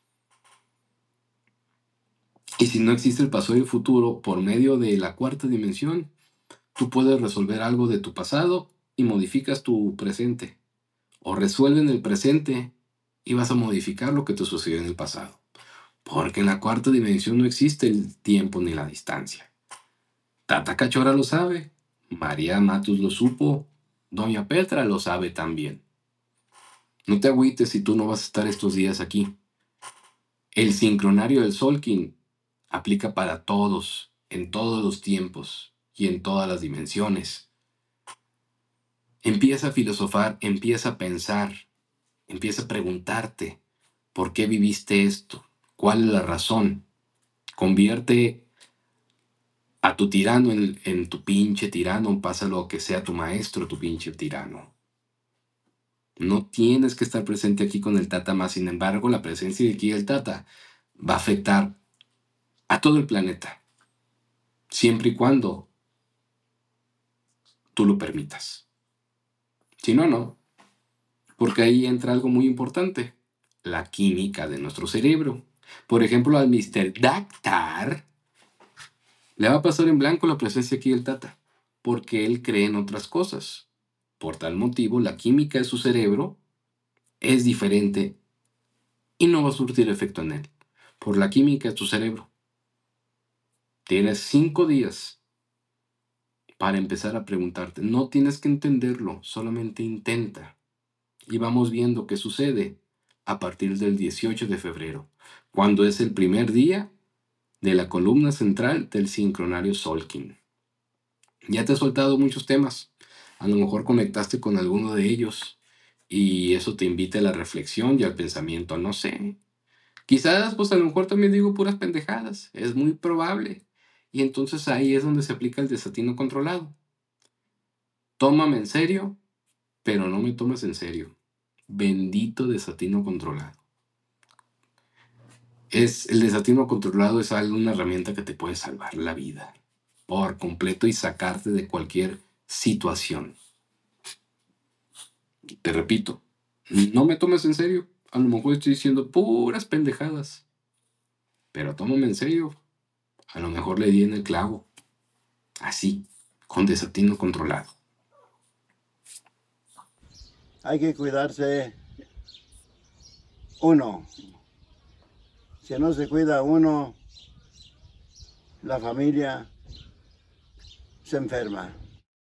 Y si no existe el pasado y el futuro por medio de la cuarta dimensión, tú puedes resolver algo de tu pasado y modificas tu presente. O resuelven el presente y vas a modificar lo que te sucedió en el pasado. Porque en la cuarta dimensión no existe el tiempo ni la distancia. Tata Cachora lo sabe, María Matus lo supo, Doña Petra lo sabe también. No te agüites si tú no vas a estar estos días aquí. El sincronario del Solkin aplica para todos, en todos los tiempos y en todas las dimensiones. Empieza a filosofar, empieza a pensar, empieza a preguntarte, ¿por qué viviste esto? ¿Cuál es la razón? Convierte a tu tirano en tu pinche tirano, pásalo que sea tu maestro, tu pinche tirano. No tienes que estar presente aquí con el Tata, más sin embargo, la presencia de aquí del Tata va a afectar a todo el planeta, siempre y cuando tú lo permitas. Si no, no, porque ahí entra algo muy importante, la química de nuestro cerebro. Por ejemplo, al Mr. Dactar le va a pasar en blanco la presencia aquí del Tata, porque él cree en otras cosas. Por tal motivo, la química de su cerebro es diferente y no va a surtir efecto en él. Por la química de tu cerebro. Tienes 5 días para empezar a preguntarte. No tienes que entenderlo, solamente intenta. Y vamos viendo qué sucede a partir del 18 de febrero, cuando es el primer día de la columna central del sincronario Solkin. Ya te he soltado muchos temas. A lo mejor conectaste con alguno de ellos y eso te invita a la reflexión y al pensamiento. No sé. Quizás, pues a lo mejor también digo puras pendejadas. Es muy probable. Y entonces ahí es donde se aplica el desatino controlado. Tómame en serio, pero no me tomes en serio. Bendito desatino controlado. El desatino controlado es una herramienta que te puede salvar la vida por completo y sacarte de cualquier situación. Te repito, no me tomes en serio. A lo mejor estoy diciendo puras pendejadas. Pero tómame en serio. A lo mejor le di en el clavo. Así, con desatino controlado. Hay que cuidarse uno. Si no se cuida uno, la familia se enferma.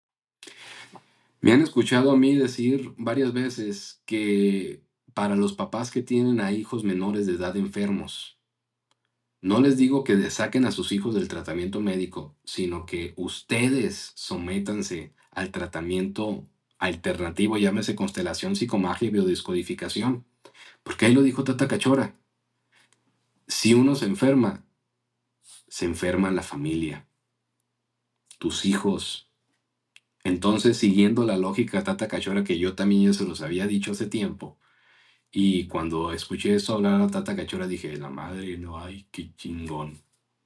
Me han escuchado a mí decir varias veces que para los papás que tienen a hijos menores de edad enfermos, no les digo que saquen a sus hijos del tratamiento médico, sino que ustedes sométanse al tratamiento alternativo, llámese constelación, psicomagia y biodescodificación. Porque ahí lo dijo Tata Cachora. Si uno se enferma la familia, tus hijos. Entonces, siguiendo la lógica Tata Cachora, que yo también ya se los había dicho hace tiempo, y cuando escuché eso hablar a Tata Cachora dije, la madre, no, ay, qué chingón.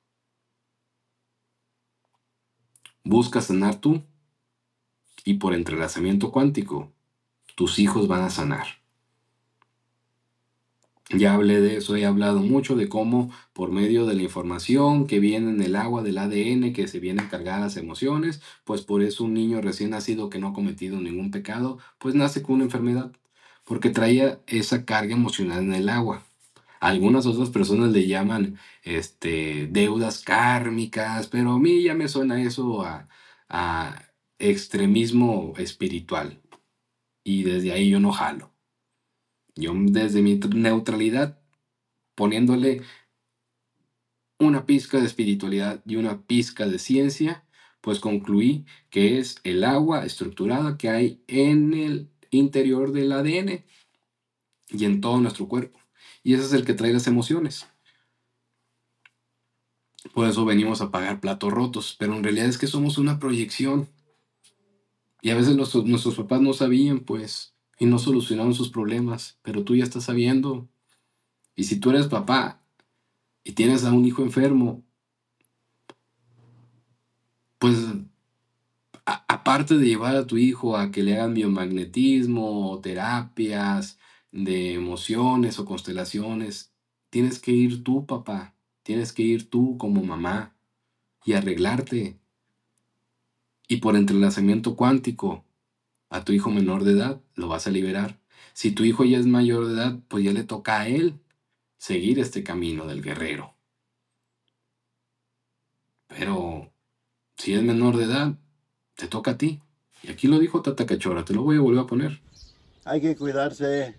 Busca sanar tú y por entrelazamiento cuántico, tus hijos van a sanar. Ya hablé de eso, he hablado mucho de cómo por medio de la información que viene en el agua del ADN que se vienen cargadas las emociones, pues por eso un niño recién nacido que no ha cometido ningún pecado, pues nace con una enfermedad, porque traía esa carga emocional en el agua. Algunas otras personas le llaman deudas kármicas, pero a mí ya me suena eso a extremismo espiritual. y desde ahí yo no jalo. Yo desde mi neutralidad, poniéndole una pizca de espiritualidad y una pizca de ciencia, pues concluí que es el agua estructurada que hay en el interior del ADN y en todo nuestro cuerpo. Y ese es el que trae las emociones. Por eso venimos a pagar platos rotos, pero en realidad es que somos una proyección. Y a veces nuestros papás no sabían, pues, y no solucionaron sus problemas, pero tú ya estás sabiendo. Y si tú eres papá y tienes a un hijo enfermo, pues aparte de llevar a tu hijo a que le hagan biomagnetismo o terapias de emociones o constelaciones, tienes que ir tú, papá, tienes que ir tú como mamá y arreglarte. Y por entrelazamiento cuántico, a tu hijo menor de edad lo vas a liberar. Si tu hijo ya es mayor de edad, pues ya le toca a él seguir este camino del guerrero. Pero si es menor de edad, te toca a ti. Y aquí lo dijo Tata Cachora, te lo voy a volver a poner. Hay que cuidarse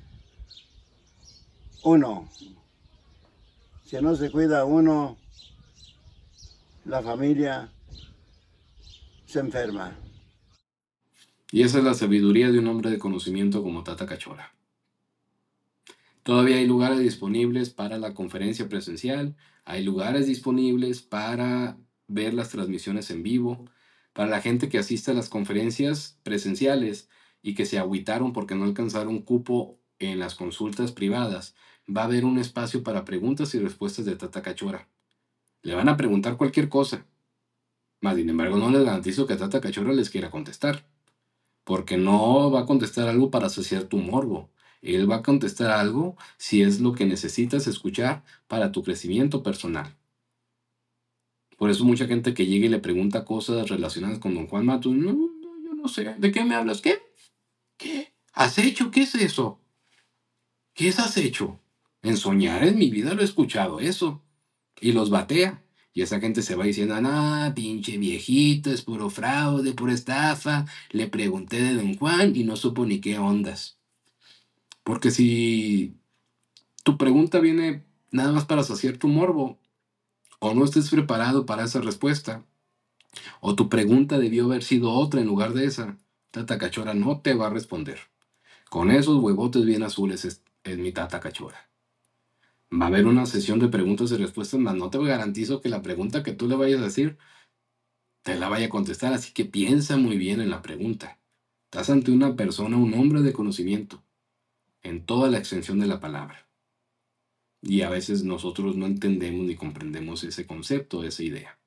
uno. Si no se cuida uno, la familia se enferma. Y esa es la sabiduría de un hombre de conocimiento como Tata Cachora. Todavía hay lugares disponibles para la conferencia presencial, hay lugares disponibles para ver las transmisiones en vivo. Para la gente que asiste a las conferencias presenciales y que se agüitaron porque no alcanzaron cupo en las consultas privadas, va a haber un espacio para preguntas y respuestas de Tata Cachora. Le van a preguntar cualquier cosa. Más sin embargo, no les garantizo que Tata Cachora les quiera contestar, porque no va a contestar algo para saciar tu morbo. Él va a contestar algo si es lo que necesitas escuchar para tu crecimiento personal. Por eso mucha gente que llega y le pregunta cosas relacionadas con Don Juan Matus, no, yo no sé, ¿de qué me hablas? ¿Qué? ¿Qué? ¿Has hecho? ¿Qué es eso? ¿Qué es has hecho? En soñar en mi vida lo he escuchado eso. Y los batea. Y esa gente se va diciendo, no, pinche viejito, es puro fraude, pura estafa. Le pregunté de Don Juan y no supo ni qué ondas. Porque si tu pregunta viene nada más para saciar tu morbo, o no estés preparado para esa respuesta, o tu pregunta debió haber sido otra en lugar de esa, Tata Cachora no te va a responder. Con esos huevotes bien azules es mi Tata Cachora. Va a haber una sesión de preguntas y respuestas, mas no te garantizo que la pregunta que tú le vayas a decir te la vaya a contestar, así que piensa muy bien en la pregunta. Estás ante una persona, un hombre de conocimiento, en toda la extensión de la palabra. Y a veces nosotros no entendemos ni comprendemos ese concepto, esa idea.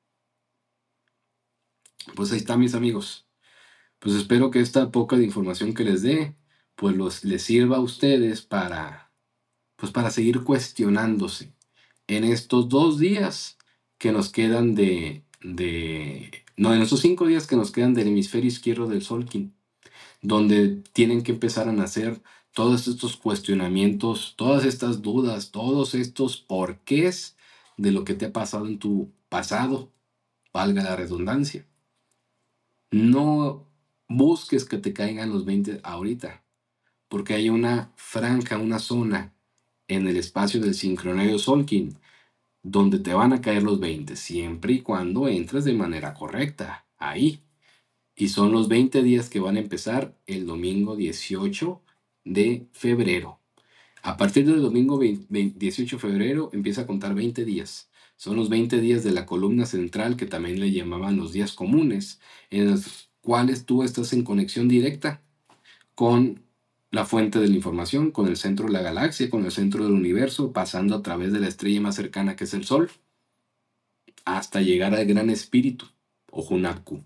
Pues ahí está, mis amigos. Pues espero que esta poca de información que les dé, pues les sirva a ustedes pues para seguir cuestionándose en estos 2 días que nos quedan no, en estos 5 días que nos quedan del hemisferio izquierdo del Solkin, donde tienen que empezar a nacer todos estos cuestionamientos, todas estas dudas, todos estos porqués de lo que te ha pasado en tu pasado, valga la redundancia. No busques que te caigan los 20 ahorita, porque hay una franja, una zona en el espacio del sincronario Solkin donde te van a caer los 20, siempre y cuando entres de manera correcta, ahí. Y son los 20 días que van a empezar el domingo 18 de febrero. A partir del domingo 18 de febrero empieza a contar 20 días. Son los 20 días de la columna central que también le llamaban los días comunes, en los cuales tú estás en conexión directa con la fuente de la información, con el centro de la galaxia, con el centro del universo, pasando a través de la estrella más cercana que es el Sol, hasta llegar al gran espíritu, o Hunapku.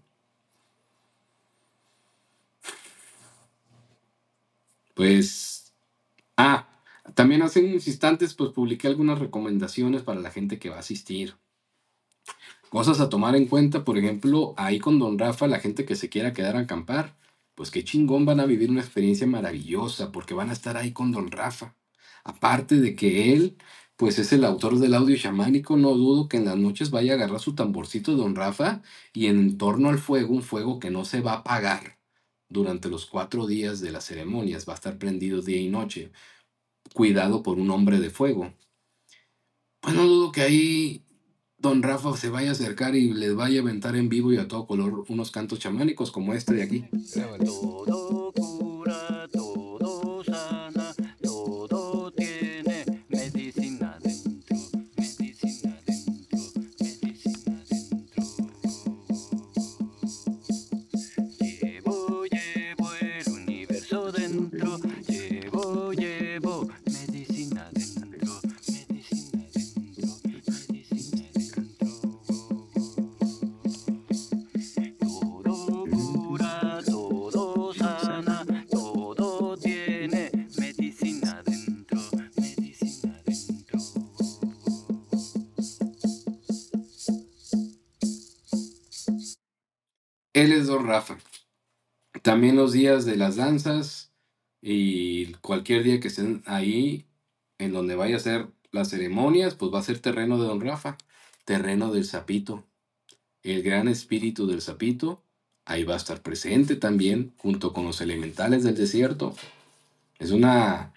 Pues, también hace unos instantes, pues publiqué algunas recomendaciones para la gente que va a asistir. Cosas a tomar en cuenta, por ejemplo, ahí con Don Rafa, la gente que se quiera quedar a acampar, pues qué chingón, van a vivir una experiencia maravillosa, porque van a estar ahí con Don Rafa. Aparte de que él, pues es el autor del audio chamánico, no dudo que en las noches vaya a agarrar su tamborcito Don Rafa y en torno al fuego, un fuego que no se va a apagar, durante los 4 días de las ceremonias, va a estar prendido día y noche, cuidado por un hombre de fuego. Pues no dudo que ahí don Rafa se vaya a acercar y les vaya a aventar en vivo y a todo color unos cantos chamánicos como este de aquí. Grábale. Todo cura, todo sana, todo tiene medicina dentro, medicina dentro, medicina dentro. Llevo el universo dentro, llevo medicina dentro, medicina dentro, medicina dentro. Todo cura, todo sana, todo tiene medicina dentro, medicina dentro. Él es don Rafa. También los días de las danzas y cualquier día que estén ahí en donde vaya a ser las ceremonias, pues va a ser terreno de don Rafa, terreno del sapito. El gran espíritu del sapito ahí va a estar presente también, junto con los elementales del desierto. Es una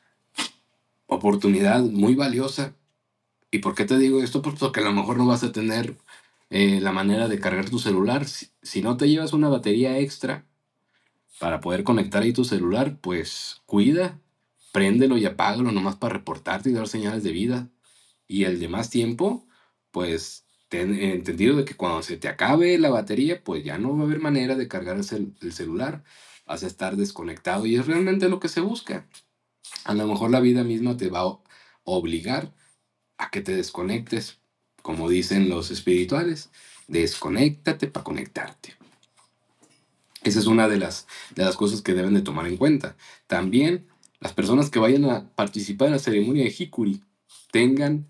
oportunidad muy valiosa. ¿Y por qué te digo esto? Pues porque a lo mejor no vas a tener la manera de cargar tu celular. Si no te llevas una batería extra para poder conectar ahí tu celular, pues cuida, préndelo y apágalo nomás para reportarte y dar señales de vida. Y el demás tiempo, pues ten entendido de que cuando se te acabe la batería, pues ya no va a haber manera de cargar el celular. Vas a estar desconectado y es realmente lo que se busca. A lo mejor la vida misma te va a obligar a que te desconectes, como dicen los espirituales, desconéctate para conectarte. Esa es una de las cosas que deben de tomar en cuenta. También las personas que vayan a participar en la ceremonia de Hikuri tengan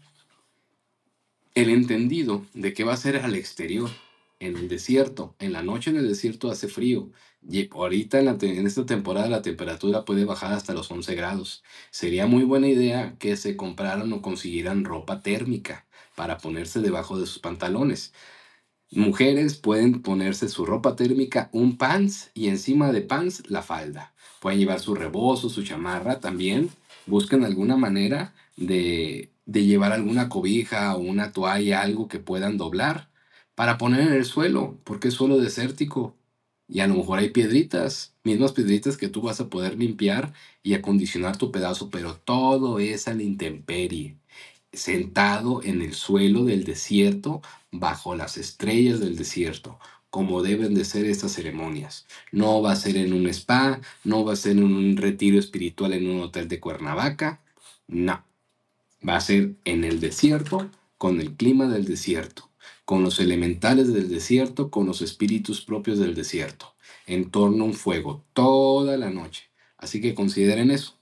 el entendido de que va a ser al exterior, en el desierto. En la noche en el desierto hace frío. Y ahorita en esta temporada la temperatura puede bajar hasta los 11 grados. Sería muy buena idea que se compraran o consiguieran ropa térmica para ponerse debajo de sus pantalones. Mujeres pueden ponerse su ropa térmica, un pants y encima de pants la falda. Pueden llevar su rebozo, su chamarra también. Busquen alguna manera de llevar alguna cobija o una toalla, algo que puedan doblar para poner en el suelo, porque es suelo desértico. Y a lo mejor hay piedritas, mismas piedritas que tú vas a poder limpiar y acondicionar tu pedazo, pero todo es a la intemperie, sentado en el suelo del desierto, bajo las estrellas del desierto, como deben de ser estas ceremonias. No va a ser en un spa, no va a ser en un retiro espiritual en un hotel de Cuernavaca, no. Va a ser en el desierto, con el clima del desierto, con los elementales del desierto, con los espíritus propios del desierto, en torno a un fuego toda la noche. Así que consideren eso.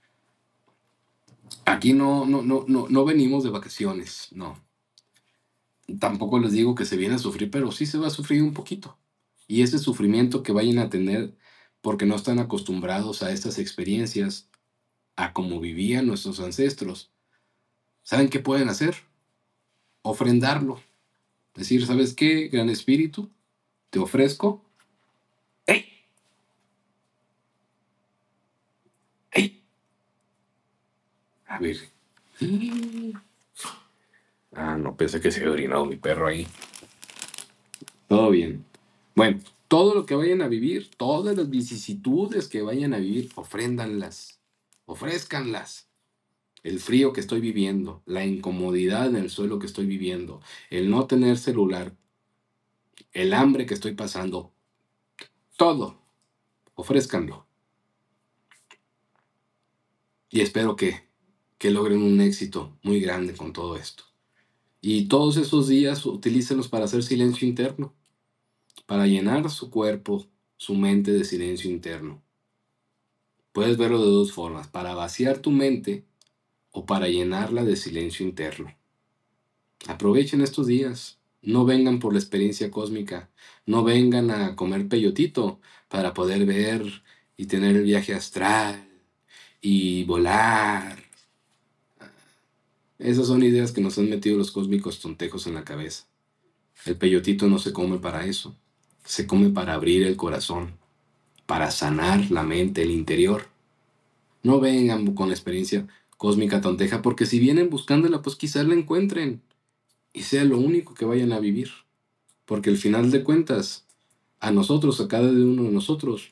Aquí no venimos de vacaciones, no. Tampoco les digo que se viene a sufrir, pero sí se va a sufrir un poquito. Y ese sufrimiento que vayan a tener porque no están acostumbrados a estas experiencias, a cómo vivían nuestros ancestros, ¿saben qué pueden hacer? Ofrendarlo. Decir, ¿sabes qué, Gran Espíritu? Te ofrezco. ¡Ey! ¡Ey! A ver. Ah, no, pensé que se había orinado mi perro ahí. Todo bien. Bueno, todo lo que vayan a vivir, todas las vicisitudes que vayan a vivir, ofréndanlas, ofrézcanlas. El frío que estoy viviendo, la incomodidad en el suelo que estoy viviendo, el no tener celular, el hambre que estoy pasando, todo, ofrézcanlo. Y espero que logren un éxito muy grande con todo esto. Y todos esos días utilícenlos para hacer silencio interno, para llenar su cuerpo, su mente de silencio interno. Puedes verlo de dos formas, para vaciar tu mente o para llenarla de silencio interno. Aprovechen estos días, no vengan por la experiencia cósmica, no vengan a comer peyotito para poder ver y tener el viaje astral y volar. Esas son ideas que nos han metido los cósmicos tontejos en la cabeza. El peyotito no se come para eso, se come para abrir el corazón, para sanar la mente, el interior. No vengan con la experiencia cósmica tonteja, porque si vienen buscándola, pues quizás la encuentren y sea lo único que vayan a vivir. Porque al final de cuentas, a nosotros, a cada uno de nosotros,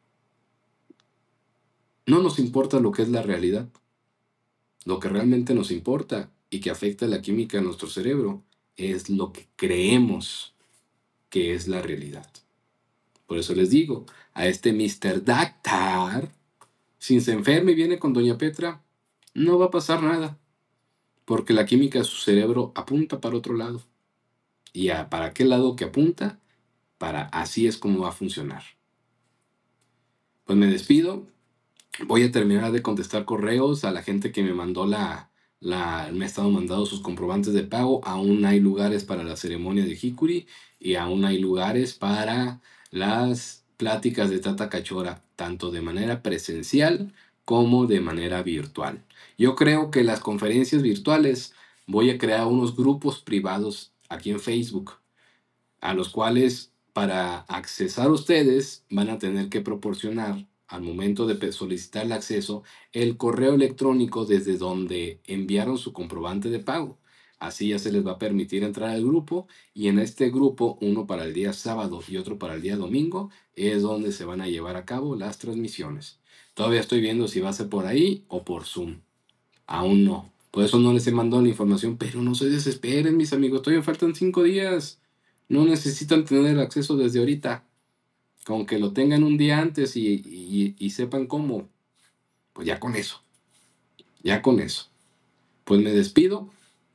no nos importa lo que es la realidad. Lo que realmente nos importa y que afecta la química de nuestro cerebro es lo que creemos que es la realidad. Por eso les digo, a este Mr. Doctor, si se enferma y viene con Doña Petra, no va a pasar nada, porque la química de su cerebro apunta para otro lado. ¿Y para qué lado que apunta? Para así es como va a funcionar. Pues me despido. Voy a terminar de contestar correos a la gente que me mandó me ha estado mandando sus comprobantes de pago. Aún hay lugares para la ceremonia de Hikuri y aún hay lugares para las pláticas de Tata Cachora, tanto de manera presencial como de manera virtual. Yo creo que las conferencias virtuales voy a crear unos grupos privados aquí en Facebook, a los cuales para accesar ustedes van a tener que proporcionar al momento de solicitar el acceso el correo electrónico desde donde enviaron su comprobante de pago. Así ya se les va a permitir entrar al grupo y en este grupo, uno para el día sábado y otro para el día domingo, es donde se van a llevar a cabo las transmisiones. Todavía estoy viendo si va a ser por ahí o por Zoom. Aún no. Por eso no les he mandado la información, pero no se desesperen, mis amigos. Todavía faltan 5 días. No necesitan tener el acceso desde ahorita. Con que lo tengan un día antes y sepan cómo, pues ya con eso. Ya con eso. Pues me despido.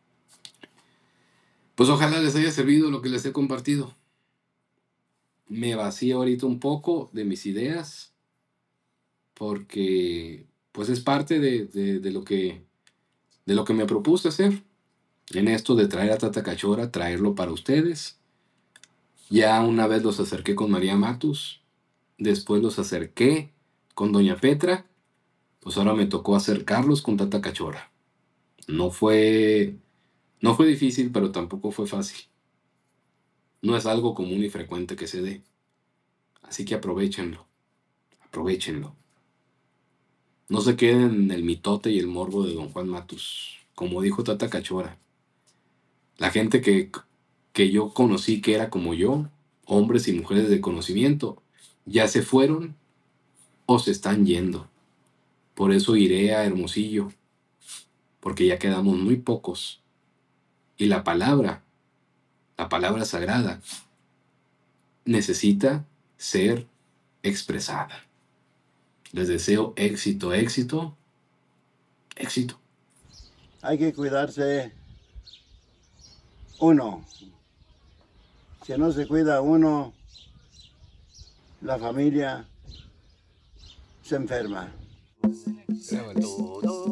Pues ojalá les haya servido lo que les he compartido. Me vacío ahorita un poco de mis ideas porque pues es parte de lo que me propuse hacer. En esto de traer a Tata Cachora, traerlo para ustedes. Ya una vez los acerqué con María Matus, después los acerqué con Doña Petra, pues ahora me tocó acercarlos con Tata Cachora. No fue, no fue difícil, pero tampoco fue fácil. No es algo común y frecuente que se dé. Así que aprovechenlo, aprovechenlo. No se queden en el mitote y el morbo de Don Juan Matus. Como dijo Tata Cachora, la gente que yo conocí que era como yo, hombres y mujeres de conocimiento, ya se fueron o se están yendo. Por eso iré a Hermosillo, porque ya quedamos muy pocos. Y la palabra sagrada, necesita ser expresada. Les deseo éxito, éxito, éxito. Hay que cuidarse uno. Si no se cuida uno, la familia se enferma. Todo